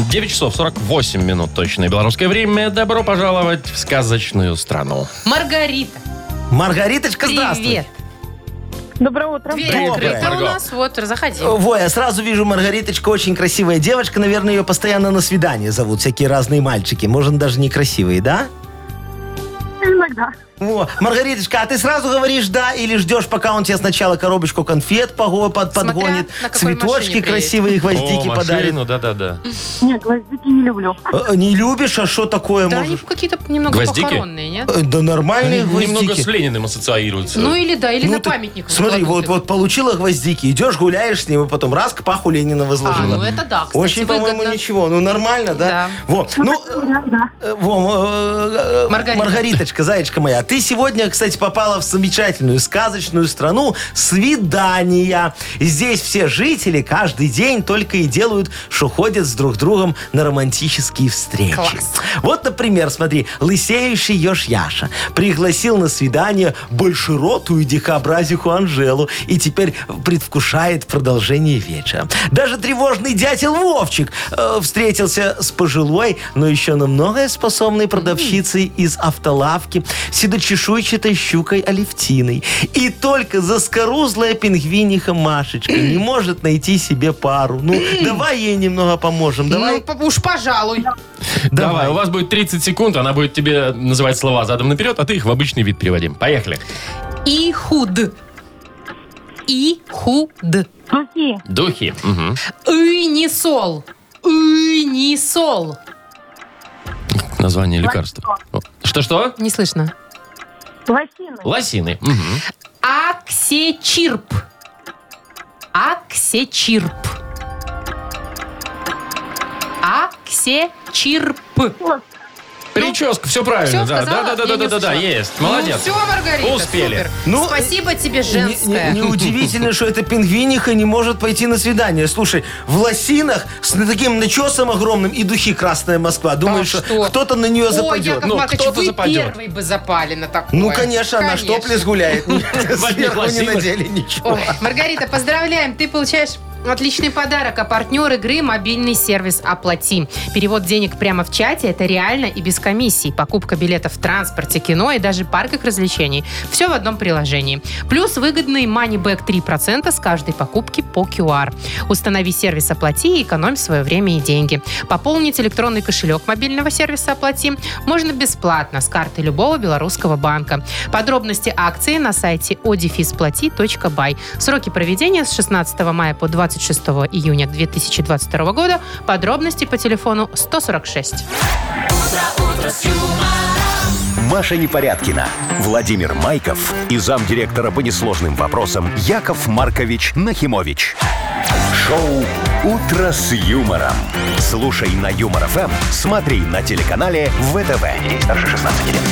девять часов сорок восемь минут точное белорусское время. Добро пожаловать в сказочную страну. Маргарита, Маргариточка, здравствуй. привет. Доброе утро. Дверь Доброе. открыта у Марго. нас. Вот, заходи. Во, я сразу вижу, Маргариточка очень красивая девочка. Наверное, ее постоянно на свидание зовут всякие разные мальчики. Может, даже некрасивые, да? Иногда. Во. Маргариточка, а ты сразу говоришь «да» или ждешь, пока он тебе сначала коробочку конфет пого- под- Смотря подгонит, на какой машине цветочки приедет. красивые, гвоздики О, подарит? машину, да-да-да. Нет, гвоздики не люблю. Э, Не любишь, а что такое Да, они можешь? какие-то немного Гвоздики? похоронные, нет? Э, Да нормальные гвоздики. Немного с Лениным ассоциируется. Ну или да, или Ну, на ты памятник. Смотри, вот, выкладывают. вот получила гвоздики, идешь, гуляешь с ним, и потом раз к паху Ленина А, возложила. ну это да, кстати, Очень, по-моему, выгодно. ничего. Ну, нормально, да? Да. Вот. Ну, Да. э, во, э, э, Маргарита. Маргариточка, зайчка моя, ты сегодня, кстати, попала в замечательную сказочную страну свидания. Здесь все жители каждый день только и делают, что ходят с друг другом на романтические встречи. Класс. Вот, например, смотри, лысеющий еж Яша пригласил на свидание большеротую дикобразиху Анжелу и теперь предвкушает продолжение вечера. Даже тревожный дятел Вовчик э, встретился с пожилой, но еще на многое способной продавщицей из автолавки, седочешуйчатой щукой Алевтиной. И только заскорузлая пингвиниха Машечка не может найти себе пару. Ну, давай ей немного поможем. Давай. Ну, по- уж пожалуй. Давай, у вас будет тридцать секунд, она будет тебе называть слова задом наперед, а ты их в обычный вид переводим. Поехали. И худ. И худ. Духи. Духи. Мгм. И не сол. И не сол. Название лекарства. О, Что-что? Не слышно. Лосины. Лосины. Мгм. Аксечирп. Аксечирп. Аксечирп. Прическа, все правильно. Всё Да, сказала? да, да, Я да, не да, да, да, услышала. есть. Молодец. Ну, все, Маргарита, Успели. супер. Ну, Спасибо тебе, женское. Не- не- Неудивительно, что эта пингвиниха не может пойти на свидание. Слушай, в лосинах с таким начесом огромным и духи «Красная Москва». Думаешь, А что что? кто-то на нее О, западет? Яков Ну, Маркович, кто-то вы западет. первый бы запали на такое. Ну, конечно, она ж топлес гуляет. Сверху не лосинах. надели ничего. Ой, Маргарита, поздравляем. Ты получаешь отличный подарок. А партнер игры — мобильный сервис «Оплати». Перевод денег прямо в чате — это реально и без комиссий. Покупка билетов в транспорте, кино и даже парках развлечений. Все в одном приложении. Плюс выгодный money-back три процента с каждой покупки по ку ар. Установи сервис «Оплати» и экономь свое время и деньги. Пополнить электронный кошелек мобильного сервиса «Оплати» можно бесплатно с карты любого белорусского банка. Подробности акции на сайте о дефис плати точка бай. Сроки проведения с шестнадцатого мая по двадцать шестого июня две тысячи двадцать второго года. Подробности по телефону сто сорок шесть. Маша Непорядкина, Владимир Майков и замдиректора по несложным вопросам Яков Маркович Нахимович. Шоу «Утро с юмором». Слушай на Юмор ФМ, смотри на телеканале ВТВ. Ей старше шестнадцати лет.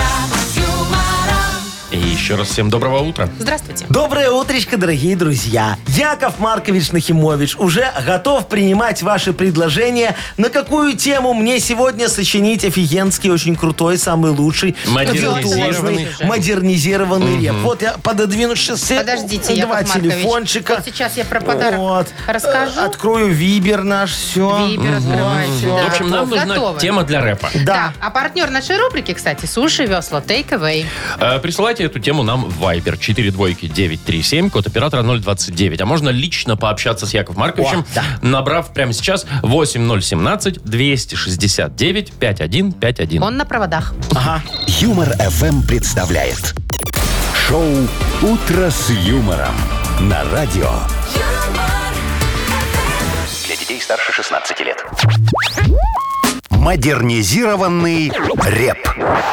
И еще раз всем доброго утра. Здравствуйте. Доброе утречко, дорогие друзья. Яков Маркович Нахимович уже готов принимать ваши предложения, на какую тему мне сегодня сочинить офигенский, очень крутой, самый лучший, Модернизированный. виртуозный, модернизированный реп. Вот я пододвину сейчас Подождите, два Яков Маркович. телефончика. Вот сейчас я про подарок Вот. расскажу. Э, Открою Вибер наш, все. Вибер открывайте. В общем, нам нужна Готовы. тема для рэпа. Да. Да. А партнер нашей рубрики, кстати, Суши Весла Take Away. Э, Присылайте эту тему нам в Viber четыре двойки девять три семь, код оператора ноль двадцать девять. А можно лично пообщаться с Яковом Марковичем, О, да. набрав прямо сейчас восемь ноль один семь двести шестьдесят девять пятьдесят один пятьдесят один. Он на проводах. Ага. Юмор ФМ представляет шоу «Утро с юмором» на радио. Для детей старше шестнадцати лет. Модернизированный рэп.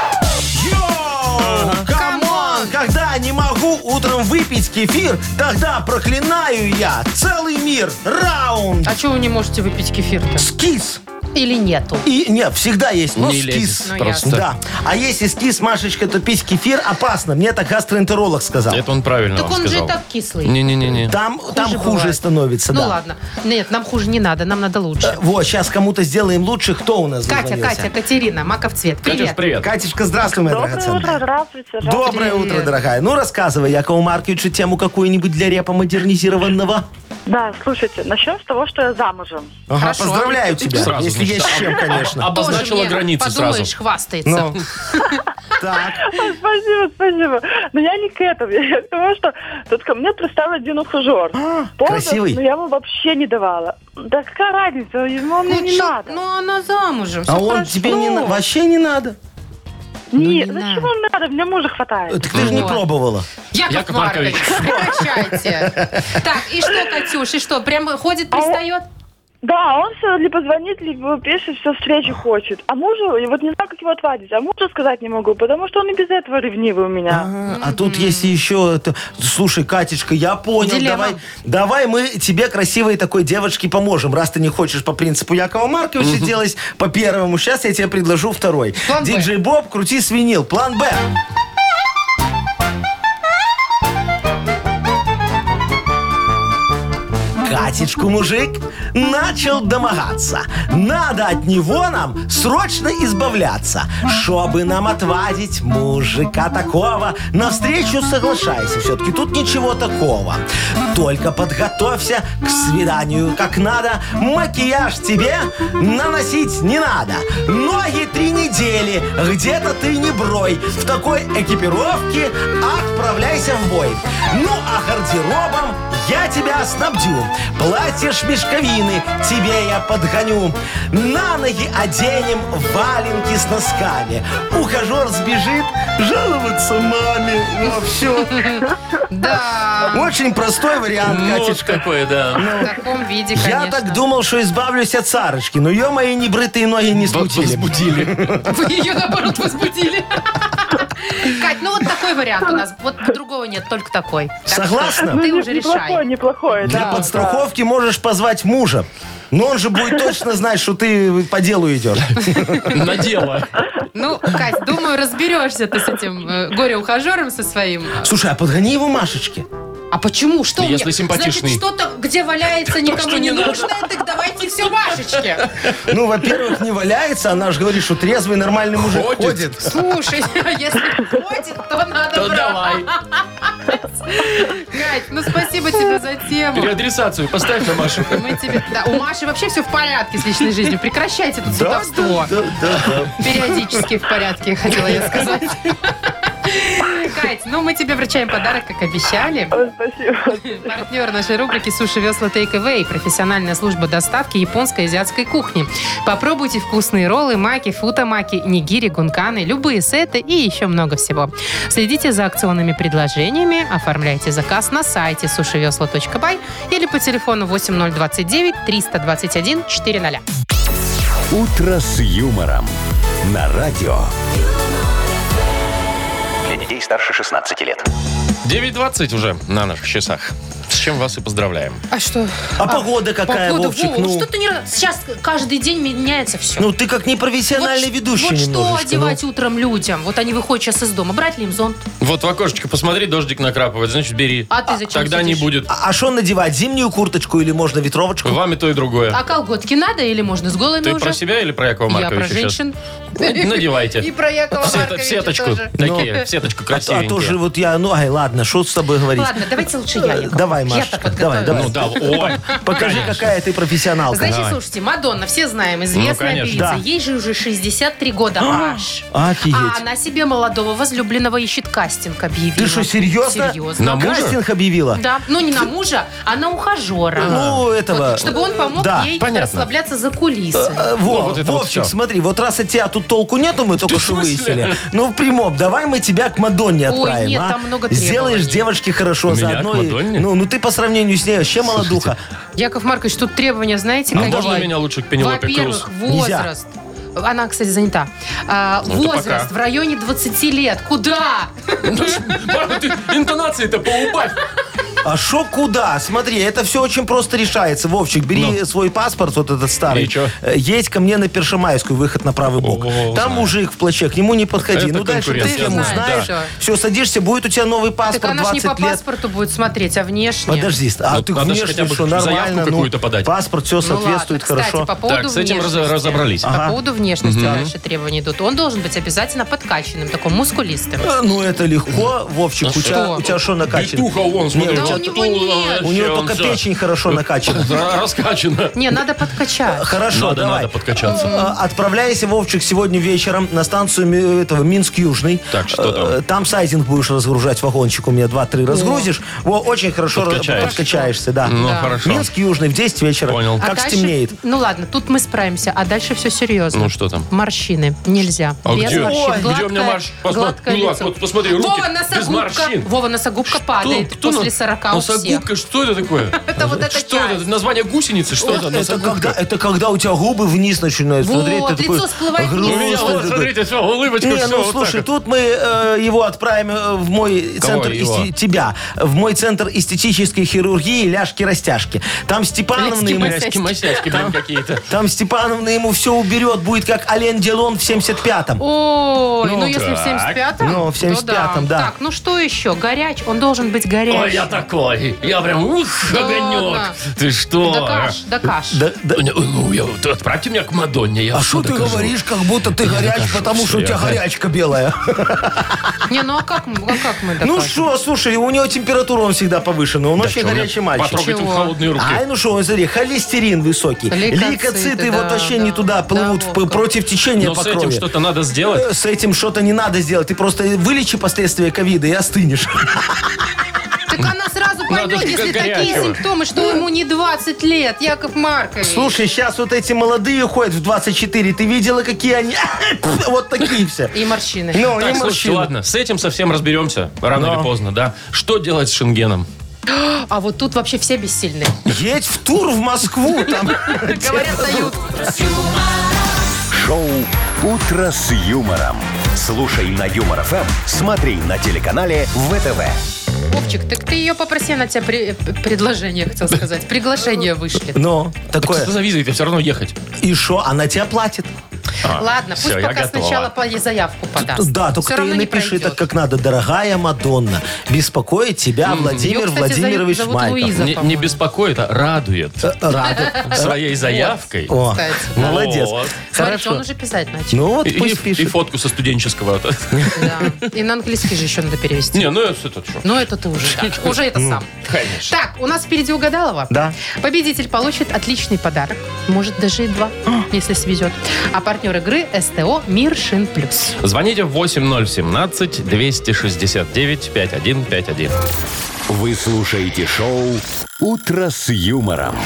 Йоу, камон! Когда не могу утром выпить кефир, тогда проклинаю я целый мир. Раунд. А что вы не можете выпить кефир-то? Скис. Или нету? И нет, всегда есть, но Не скис. лезет Ну, просто. ясно. Да. А если скис, Машечка, то пить кефир опасно. Мне так гастроэнтеролог сказал. Это он правильно Так вам он же сказал. и так кислый. Не-не-не. Там хуже, там хуже бывает. становится, Ну да. ладно. Нет, нам хуже не надо, нам надо лучше. Э, Вот, сейчас кому-то сделаем лучше. Кто у нас Катя, дозвонился? Катя, Катерина, Маков цвет. Катюш, Привет. привет. Катюшка, здравствуй, моя Доброе драгоценная. утро, здравствуйте. Доброе Привет. утро, дорогая. Ну, рассказывай, Якову Марковичу, тему какую-нибудь для репа модернизированного. Да, слушайте, начнем с того, что я замужем. Ага, Хорошо. поздравляю тебя, Сразу, если значит, есть чем, конечно. Обозначила Тоже мне, границы подумаешь, сразу. хвастается. Ну, так. Спасибо, спасибо. Но я не к этому. Я к тому, что тут ко мне пристал один ухажер. А, Повод, красивый? но я ему вообще не давала. Да какая разница, ему мне не чё- надо. Ну, она замужем, А всё он хорошо. тебе не, на- вообще не надо? Нет, не зачем надо. вам надо? Мне мужа хватает. Так ты же не Вот. пробовала. Яков, Яков Маркович, Маркович. прекращайте. Так, и что, Катюш, и что, прям ходит, пристает? Да, он все либо звонит, либо пишет, все встречи хочет. А мужу, и вот не знаю, как его отвадить. А мужу сказать не могу, потому что он и без этого ревнивый у меня. А, а тут есть еще... это- Слушай, Катечка, я понял. Дилемма. Давай, давай мы тебе, красивой такой девочке, поможем. Раз ты не хочешь по принципу Якова Марковича делать по первому, сейчас я тебе предложу второй. План Б. Диджей Боб, крути свинил. План Б. Катечку мужик начал домогаться. Надо от него нам срочно избавляться. Чтобы нам отвадить мужика такого, навстречу соглашайся. Все-таки тут ничего такого. Только подготовься к свиданию как надо. Макияж тебе наносить не надо. Ноги три недели, где-то ты не брой. В такой экипировке отправляйся в бой. Ну а гардеробом я тебя снабдю. Платье шмешковины тебе я подгоню. На ноги оденем валенки с носками. Ухажер сбежит жаловаться маме. Ну, все. Да, Очень простой вариант, Ну, вот Катюшка. какой, да. в таком виде, конечно. Я так думал, что избавлюсь от Сарочки, но ее мои небритые ноги не смутили. Возбудили. Вы ее, наоборот, возбудили. Кать, ну вот такой вариант у нас. Вот другого нет, только такой. Так что Согласна? Ты Ну, уже неплохой, решай. неплохой. Для да, подстраховки можешь позвать мужа. Но он же будет точно знать, что ты по делу идешь. На дело. Ну, Кать, думаю, разберешься ты с этим э, горе-ухажером со своим. Слушай, а подгони его Машечке. А почему? Что Если мне? симпатичный. Значит, что-то, где валяется, никому что не не надо. нужно, так давайте все Машечке. Ну, во-первых, не валяется. Она же говорит, что трезвый нормальный мужик Ходит. ходит. Слушай, если ходит, то надо То брать. давай. Кать, ну спасибо тебе за тему. Переадресацию поставь на Машу. Мы тебе... Да, у Маши вообще все в порядке с личной жизнью. Прекращайте тут Да, сватовство. да, да, да. Периодически в порядке, хотела я сказать. Кать, ну мы тебе вручаем подарок, как обещали. Ой, спасибо. Партнер нашей рубрики «Суши Весла Take Away» – профессиональная служба доставки японской и азиатской кухни. Попробуйте вкусные роллы, маки, футамаки, нигири, гунканы, любые сеты и еще много всего. Следите за акционными предложениями, оформляйте заказ на сайте сушивесла точка бай или по телефону восемь ноль двадцать девять триста двадцать один четыреста. «Утро с юмором» на радио. Для детей старше шестнадцати лет. девять двадцать уже на наших часах. С чем вас и поздравляем. А что? А погода какая, Погода, Вовчик? Вова, Ну, что ты не... Сейчас каждый день меняется все. ну, ты как непрофессиональный вот, ведущий вот что немножечко. одевать утром людям? Вот они выходят сейчас из дома. Брать ли им зонт? Вот в окошечко посмотри, дождик накрапывает, значит, бери. А ты зачем Тогда сидишь? не будет. Ну, а что надевать? Зимнюю курточку или можно ветровочку? Вам и то, и другое. А колготки надо или можно с голыми Ты уже? про себя или про Якова Я про Марковича сейчас? женщин. Надевайте. И про Якова В сет- в Марковича сеточку. тоже. Такие, в сеточку А, то- а красивенькие. то же вот я... Ну, ай, ладно, что с тобой говорить? Ладно, давайте лучше я, Яков Давай, Маркович. Машечка, Я-то давай, подготовилась. Ну да, ой. Покажи, Конечно. какая ты профессионалка. Значит, Давай. слушайте, Мадонна, все знаем, известная Ну, конечно. певица. Да. Ей же уже шестьдесят три года аж. Офигеть. А она себе молодого возлюбленного ищет, кастинг объявила. Ты что, серьезно? Серьезно. На мужа? Кастинг объявила? Да, ну не на мужа, а на ухажера. Ну, этого... Вот, чтобы он помог Да, ей понятно. расслабляться за кулисами. Э, Во, Ну, вот это вот Вовчик, всё. смотри, вот раз от тебя тут толку нету, мы только в что смысле? выяснили. Ну, в прямом, давай мы тебя к Мадонне Ой, отправим, нет, а? там много Сделаешь требований. девочке хорошо, Меня заодно к и- Мадонне? Ну, ну ты по сравнению с ней вообще молодуха. Яков Маркович, тут требования, знаете, А какие? можно меня лучше к Пенелопе Круз? Во-первых, возраст. Она, кстати, занята. А, Ну, это возраст пока. в районе двадцати лет. Куда? Маша, ты интонации-то поубавь. А шо куда? Смотри, это все очень просто решается. Вовчик, бери Ну. свой паспорт, вот этот старый. И чё? э, Едь ко мне на Першемайскую, выход на правый бок. О, Там знаю. мужик в плаще, к нему не подходи. Это Ну, дальше ты конкурент, я тему знаю, знаешь. да. Все, садишься, будет у тебя новый Так паспорт, она ж не по двадцать лет. паспорту будет смотреть, а внешне. Подожди, а Ну, ты надо ж внешне, хотя бы что заявку нормально, ну, какую-то подать. паспорт, все Ну соответствует ладно, кстати, хорошо. по поводу Так, с этим раз- внешности. разобрались. По Ага. поводу внешности дальше требования идут. Он должен быть обязательно подкачанным, таким мускулистым. Э, Ну, это легко, Вовчик. А у, тебя, что? у тебя что накачано? Битуха вон, смотри, Да он у него нет. У него только печень хорошо накачана. Раскачана. Не, надо подкачать. Хорошо, Надо, давай. надо подкачаться. Э, Отправляйся, Вовчик, сегодня вечером на станцию ми- этого Минск-Южный. Так, что там? Э, Там сайдинг будешь разгружать, вагончик у меня два-три разгрузишь. Во, очень хорошо ра- Подкачаешься. подкачаешься, да. Ну, Да. хорошо. Минск-Южный в десять вечера. Понял. А Как дальше- стемнеет. Ну ладно, тут мы справимся, а дальше все серьезно. Ну, что там? Морщины. Нельзя. А Без где? морщин. Ой, где у меня Гладкое- марш? Посмотри, гладкое ну, лицо. вот посмотри, руки Вова, без носогубка. морщин. Вова, носогубка падает Кто после на- сорока у всех. Носогубка, что это такое? Это вот эта Что часть. это? Название гусеницы? Что это? Это Носогубка? когда, это когда у тебя губы вниз начинают Вот, смотреть. ты лицо такой всплывает вниз. У меня грустный вот, такой. смотрите, все, улыбочка, Не, все, ну вот слушай, так вот. тут мы э, его отправим э, в мой Кого центр его? эсте- тебя, в мой центр эстетической хирургии ляжки-растяжки. Там Степановна ему, Мосяськи, мосяськи, блин, какие-то. там Степановна ему все уберет, будет как Ален Делон в семьдесят пятом. Ой, ну, Ну, если в так. семьдесят пятом, Ну, в семьдесят пятом, да. Так, ну что еще? Горяч, он должен быть горячий. Ой, я такой. Я прям, ух, Да огонек. ладно. Ты что? Да каш, да каш. Да, да. Ну, я- вот отправьте меня к Мадонне. Я А всё что ты докажу. говоришь, как будто ты горяч, докажу, потому что что у я тебя горяч. горячка белая? Не, ну а как, мы- а как мы Ну докажем? что, слушай, у него температура он всегда повышена, он Да очень чё, мне горячий мальчик. Потрогать Чего? в холодные руки. Ай, ну что, он, смотри, холестерин высокий. Лейкоциты, Лейкоциты да, вот вообще да. не туда плывут, Да, в- Вовка. против течения Но по с этим крови. что-то надо сделать. Э, С этим что-то не надо сделать. Ты просто вылечи последствия ковида и остынешь. Так она сразу Надо поймет, же если как такие горячего. симптомы, что ему не двадцать лет, Яков Маркович. Слушай, сейчас вот эти молодые ходят в двадцать четыре. Ты видела, какие они? Вот такие все. И морщины. Ну, Так, и слушайте, морщины. ладно, с этим совсем разберемся. Рано Но. или поздно, да. Что делать с Шенгеном? А вот тут вообще все бессильны. Едь в тур в Москву. Там. Говорят, дают. Шоу «Утро с юмором». Слушай на Юмор ФМ, смотри на телеканале ВТВ. Вовчик, так ты ее попроси, она тебе при- предложение, хотел сказать, приглашение вышлет. Ну, Что такое. за виза? Это все равно ехать. И что? Она тебя платит. Ладно, всё, пусть я пока готова. сначала по- заявку подаст. Да, только Всё ты равно ей не напиши пройдет. так, как надо. Дорогая Мадонна, беспокоит тебя Владимир Её, кстати, Владимирович зовут Майков. Луиза. Не, не по-моему. беспокоит, а радует Э, Рада. своей заявкой. О, Кстати. молодец. Вот. Смотрите, он Хорошо. уже писать начал. Ну вот И, пусть и- и пишет. фотку со студенческого. Да. И на английский же еще надо перевести. Не, ну это что? Ну, это ты уже. да. Уже это сам. Конечно. Так, у нас впереди угадалова. Да. Победитель получит отличный подарок. Может, даже и два, если свезет. А партнер игры СТО «Мир Шин Плюс». Звоните восемь ноль семнадцать двести шестьдесят девять пятьдесят один пятьдесят один. Вы слушаете шоу «Утро с юмором».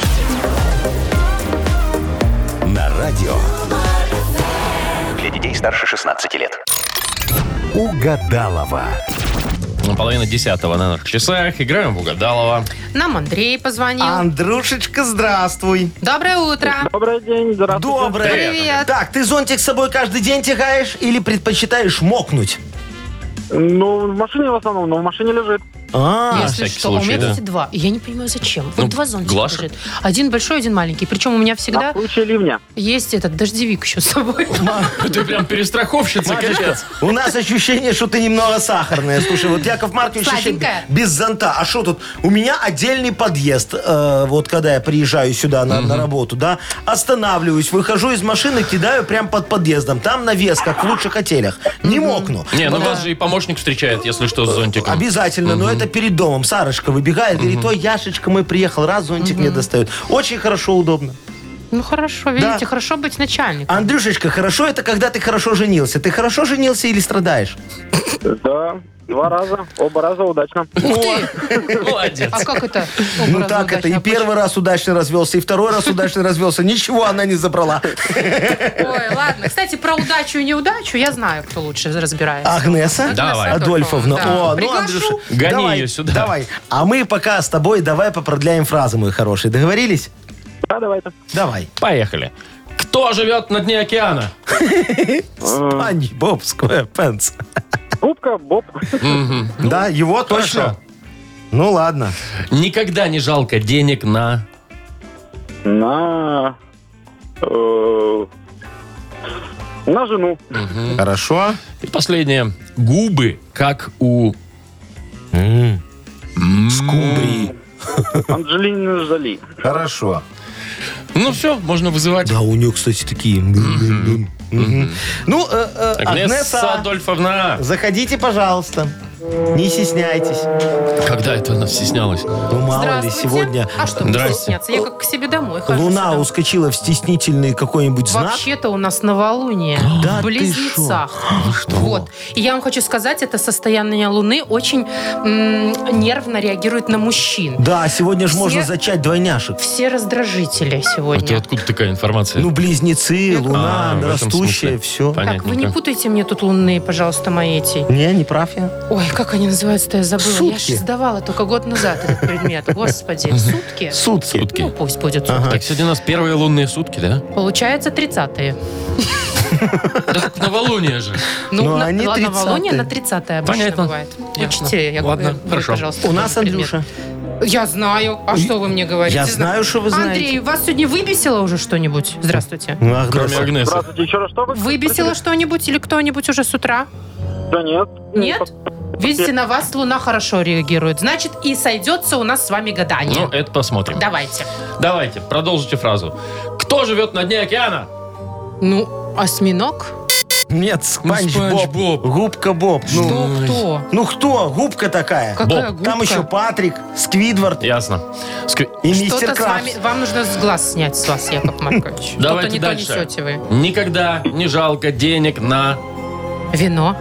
На радио Для детей старше шестнадцати лет. «Угадалова». Половина десятого на наших часах. Играем в Угадалова. Нам Андрей позвонил. Андрушечка, здравствуй. Доброе утро. Добрый день, здравствуйте. Доброе. Привет. Так, ты зонтик с собой каждый день тягаешь или предпочитаешь мокнуть? Ну, в машине в основном, но в машине лежит. А, Если всякий что, у случай, меня, да. кстати, два. И я не понимаю, зачем. Вот Ну, два зонтика Глаша. лежит. Один большой, один маленький. Причем у меня всегда На случай ливня. есть этот дождевик еще с собой. Ты прям перестраховщица, Машечка, капец. у нас ощущение, что ты немного сахарная. Слушай, вот Яков Маркович еще Сладенькая. без зонта. А что тут? У меня отдельный подъезд. э, вот когда я приезжаю сюда на, на работу, да, останавливаюсь, выхожу из машины, кидаю прям под подъездом. Там навес, как в лучших отелях. Не мокну. Не, ну вас же и помощник встречает, если что, с зонтиком. Обязательно, но это перед домом. Сарочка выбегает, говорит, ой, Яшечка, мой приехал, раз зонтик мне достает. Очень хорошо, удобно. Ну хорошо, видите, Да. хорошо быть начальником. Андрюшечка, хорошо это когда ты хорошо женился. Ты хорошо женился или страдаешь? Да, два раза, оба раза удачно. Ух ты! Молодец. А как это? Ну Оба раза так это. И удачно? первый раз удачно развелся, и второй раз удачно развелся. Ничего она не забрала. Ой, ладно. Кстати, про удачу и неудачу я знаю, кто лучше разбирается. Агнеса? Давай. Адольфовна. Да. О, ну, Приглашу. Андрюша, Гони давай, ее сюда. Давай. А мы пока с тобой давай попродляем фразы, мой хороший. Договорились? Да, давайте. Давай. Поехали. Кто живет на дне океана? Спанч Боб Сквепенс. Губка, Боб. Да, его точно? хорошо. Ну ладно. Никогда не жалко денег на... На... э, На жену. Хорошо. И последнее. Губы, как у... Скумбрии. Анджелина Джоли. Хорошо. Ну все, можно вызывать. Да, у нее, кстати, такие. Мгм. Ну, э, э, Агнеса Агнеса, Адольфовна. заходите, пожалуйста. Не стесняйтесь. Когда это она стеснялась? Ну, мало ли, Здравствуйте. сегодня А что мне Здрасте. стесняться? Я как к себе домой хожу. Луна всегда. ускочила в стеснительный какой-нибудь знак. Вообще-то у нас новолуние Да в ты Близнецах. Вот. И я вам хочу сказать, это состояние Луны очень м, нервно реагирует на мужчин. Да, сегодня же Все- можно зачать двойняшек. Все раздражители Это сегодня. откуда такая информация? Ну, близнецы, луна, А, в этом растущая, смысле. все. Так, вы не Понятненько. путайте мне тут лунные, пожалуйста, мои эти. Не, не прав я. Ой, как они называются-то, я забыла. Я Сутки. же сдавала только год назад этот предмет. Господи, сутки? Сутки. Сутки. Ну, пусть будет сутки. Так, сегодня у нас первые лунные сутки, да? Получается тридцатые. Да так новолуние же. Ну, Ну, на, они ладно, тридцатые. новолуние на тридцатое обычно Понятно. бывает. Ясно. Учите, я Ладно, говорю, хорошо. пожалуйста. У нас этот предмет. Андрюша. Я знаю. А что вы мне говорите? Я знаю, что вы знаете. Андрей, вас сегодня выбесило уже что-нибудь? Здравствуйте. Ну, Агнеса. Кроме Агнесы. Здравствуйте, еще раз, что вы? Выбесило что-нибудь или кто-нибудь уже с утра? Да нет. Нет? Видите, на вас Луна хорошо реагирует. Значит, и сойдется у нас с вами гадание. Ну, это посмотрим. Давайте. Давайте, продолжите фразу. Кто живет на дне океана? Ну, осьминог? Нет, Спанч Ну, Спанч Боб. Боб. Губка Боб. Что, Ну, кто? ну кто? Губка такая. Какая Боб. Там губка? еще Патрик, Сквидвард Ясно. Скви- и мистер Что-то с Крабс. вами... Вам нужно с глаз снять с вас, Яков Маркович. Давайте Что-то не дальше. то несете вы. Никогда не жалко денег на... Вино?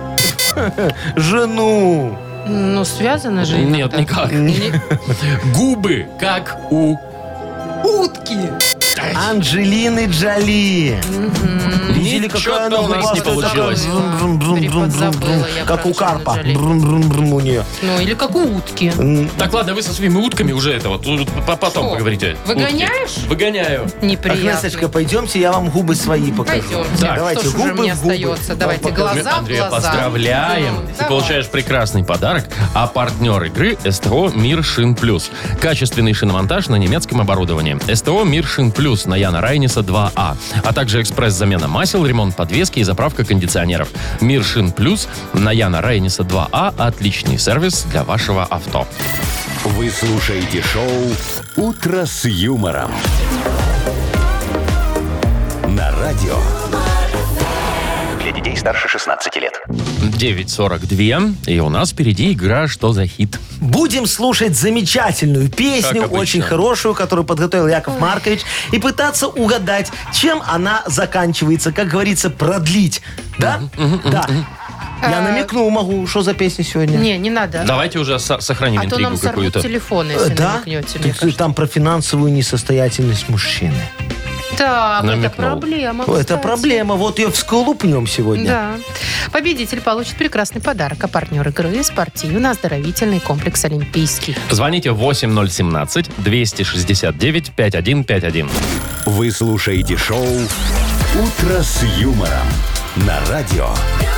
Жену. Ну, связано же Нет, иногда. никак. Не- Губы, как у... Утки. Анджелины Джоли. Видели, Ничего какая она у нас не глазная получилось. такая? Брум-брум-брум-брум-брум-брум. Приподзабыла я Как про у карпа. Анджелину Брум-брум-брум у нее. Ну, или как у утки. Так, ладно, вы со своими утками уже это вот тут по- потом Что, поговорите. выгоняешь? Утки. Выгоняю. Неприятно. Агнесочка, пойдемте, я вам губы свои покажу. Пойдемте. Так, давайте, Что ж уже губы мне в губы. остается? Давайте Вам покажу. глаза в Андрея, глаза. поздравляем. Ну, Ты давай. получаешь прекрасный подарок. А партнер игры СТО «Мир Шин Плюс». Качественный шиномонтаж на немецком оборудовании. СТО «Мир Шин Плюс» на Яна Райниса два А. А также экспресс-замена масел, ремонт подвески и заправка кондиционеров. «Мир Шин Плюс» на Яна Райниса два А. Отличный сервис для вашего авто. Вы слушаете шоу «Утро с юмором». На радио. Для детей старше шестнадцати лет. девять сорок два. И у нас впереди игра «Что за хит?». Будем слушать замечательную песню, Как обычно. очень хорошую, которую подготовил Яков Маркович, и пытаться угадать, чем она заканчивается, как говорится, продлить. Да? Да. Я намекнул, могу, что за песня сегодня. Не, не надо. Давайте уже со- сохраним А то интригу нам сорвут какую-то. телефон, Э, если Да? намекнете. мне Так кажется. там про финансовую несостоятельность мужчины. Так, это Намекнул. проблема. О, это кстати. проблема. Вот ее всколупнем сегодня. Да. Победитель получит прекрасный подарок. А партнер игры – спортивно-оздоровительный комплекс «Олимпийский». Звоните восемь ноль семнадцать двести шестьдесят девять пятьдесят один пятьдесят один. Вы слушаете шоу «Утро с юмором». На радио.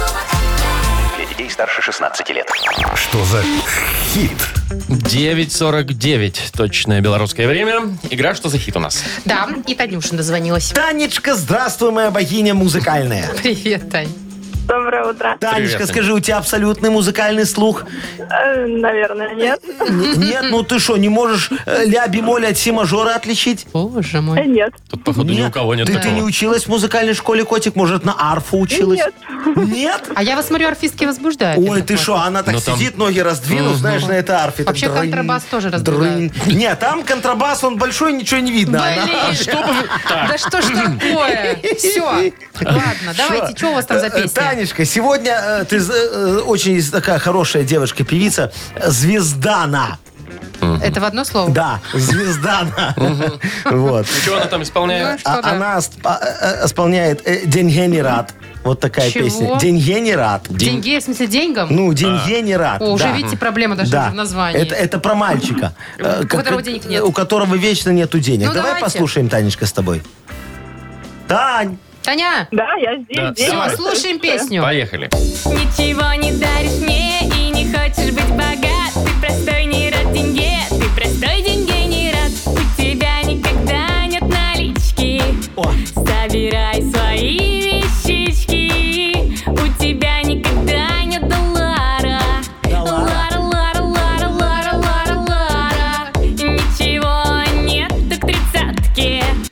Для детей старше шестнадцати лет. Что за хит? девять сорок девять. Точное белорусское время. Игра «Что за хит» у нас? Да, и Танюша дозвонилась. Танечка, здравствуй, моя богиня музыкальная. Привет, Тань. Доброе утро. Танечка, Привет, скажи, у тебя абсолютный музыкальный слух? Э, наверное, нет. Н- Нет, ну ты что, не можешь э, ля бемоль от си мажора отличить? Боже Э, мой. Нет. Тут, походу, ни у кого нет Ты, ты такого. не училась в музыкальной школе, котик? Может, на арфу училась? Нет. Нет? А я вас смотрю, арфистки возбуждают. Ой, Яков ты Маркович. что, она так Ну, там- сидит, ноги раздвинув, знаешь, на этой арфе. так Вообще дрынь, контрабас тоже дрынь. Нет, там контрабас, он большой, ничего не видно. Она- Блин, да что ж такое? Все. Ладно, давайте, что у вас там за Э, песня? Танечка, сегодня э, ты э, очень такая хорошая девушка-певица, Звездана. Это в одно слово? Да, Звездана. Вот. Что она там исполняет? Что А- да? Она сп- а, э, исполняет э, «Деньги не рад». Вот такая Чего? песня. «Деньги не рад». Деньги, в смысле, деньгам? Ну, «Деньги не рад». О, уже да. видите, проблема даже Да. уже в названии. Это, это про мальчика. э, У которого денег нет. У которого вечно нету денег. Ну, Давай давайте. послушаем, Танечка, с тобой. Тань! Таня, Да, я здесь. Да, здесь. все, давай. слушаем песню. Поехали. Ничего не даришь мне и не хочешь быть богат. Ты простой, не рад деньге, ты простой, деньги не рад. У тебя никогда нет налички. О. Собирай свои вещички. У тебя никогда нет доллара. Лара, лара, лара, лара, лара, лара. Ничего нет, так тридцатки. Ага,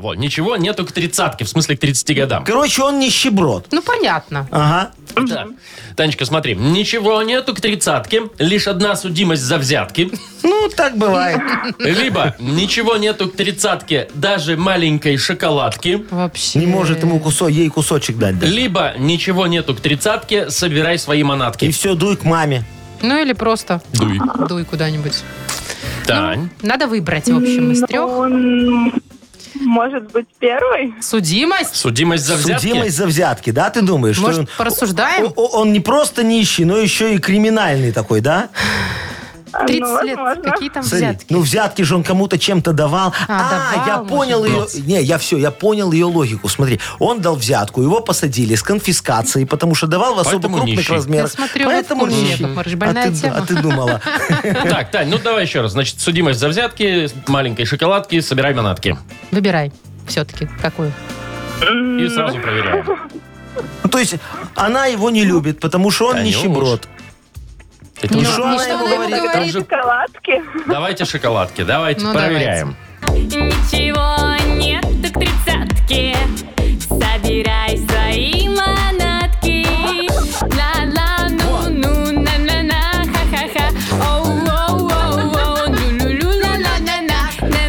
вот, ничего нету к тридцатке, в смысле к тридцати годам. Короче, он нищеброд. Ну, понятно. Ага. Да. Танечка, смотри, ничего нету к тридцатке, лишь одна судимость за взятки. Ну, так бывает. Либо ничего нету к тридцатке, даже маленькой шоколадки. Вообще. Не может ему кусок, ей кусочек дать. Да. Либо ничего нету к тридцатке, собирай свои И манатки. все, дуй к маме. Ну, или просто Дуй. дуй куда-нибудь. Тань. Надо выбрать, в общем, из трех. Ну, может быть, первый? Судимость? Судимость за взятки? Судимость за взятки, да, ты думаешь? Может, что он, порассуждаем? о- о- он не просто нищий, но еще и криминальный такой, да? тридцать Ну, лет. возможно. Какие там Смотри, взятки? ну взятки же он кому-то чем-то давал. А, давал, я может понял ее. быть. Не, я все, я понял ее логику. Смотри, он дал взятку, его посадили с конфискацией, потому что давал в особо Поэтому крупных нищий. размерах. Я смотрю, вы в Поэтому курсе, нищий. Яков Маркович, А больная ты, тема. а ты думала? Так, Тань, ну давай еще раз. Значит, судимость за взятки, маленькой шоколадки, собирай манатки. Выбирай все-таки какую. И сразу проверяем. Ну, то есть она его не любит, потому что он Танюш. нищеброд. Это Ну, уже- что ну, она что ему она ему говорит? Там говорит? же- Шоколадки. Давайте шоколадки, давайте Ну, проверяем. Ничего нет к тридцатке. Собирай свои манатки. Ла-ла, ну-ну, на-на-на, ха-ха-ха. Оу-оу-оу-оу, лю-лю-лю, ла-ла-ла-ла.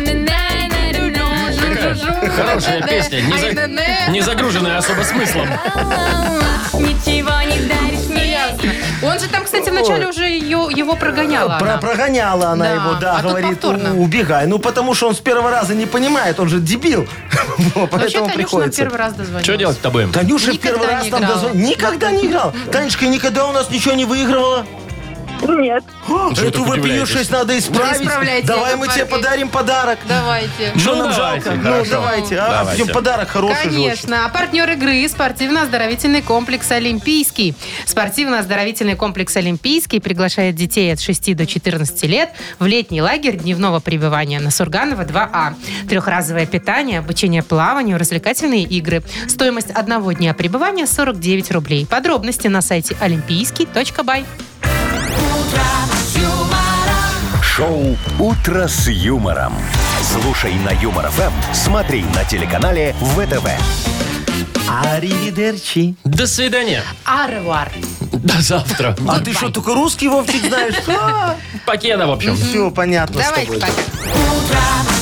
На-на-на-на-на-на-на. Хорошая песня, не, за- не загруженная особо смыслом. Ничего не даришь мне. Он же там, кстати, вначале уже ее, его прогоняла. Про- она. прогоняла она Да, его, да, а тут говорит, повторно. «У- убегай. Ну, потому что он с первого раза не понимает, он же дебил. Вообще, Поэтому Танюша нам приходится. первый раз дозвонилась. Что делать-то будем? Танюша в Никогда первый раз не там играла. дозвон- Никогда не играл. Танечка никогда у нас ничего не выигрывала. Нет. Что вы Эту так вопиюшесть удивляетесь? надо исправить. исправляйте, Давай Яков мы тебе Маркович. подарим подарок. Давайте. Что Ну, нам давайте, жалко? хорошо. Ну, давайте. А, Давайте. причем подарок хороший же очень. Конечно. А партнер игры – спортивно-оздоровительный комплекс «Олимпийский». Спортивно-оздоровительный комплекс «Олимпийский» приглашает детей от шести до четырнадцати лет в летний лагерь дневного пребывания на Сурганова два А. Трехразовое питание, обучение плаванию, развлекательные игры. Стоимость одного дня пребывания – сорок девять рублей. Подробности на сайте олимпийский точка бай. Шоу «Утро с юмором». Слушай на Юмор ФМ, смотри на телеканале ВТВ. Аривидерчи. До свидания. Аревуар. До завтра. А ты что, только русский, Вовчик, знаешь? Покеда, в общем. Все понятно с Давайте тобой. пока. Утро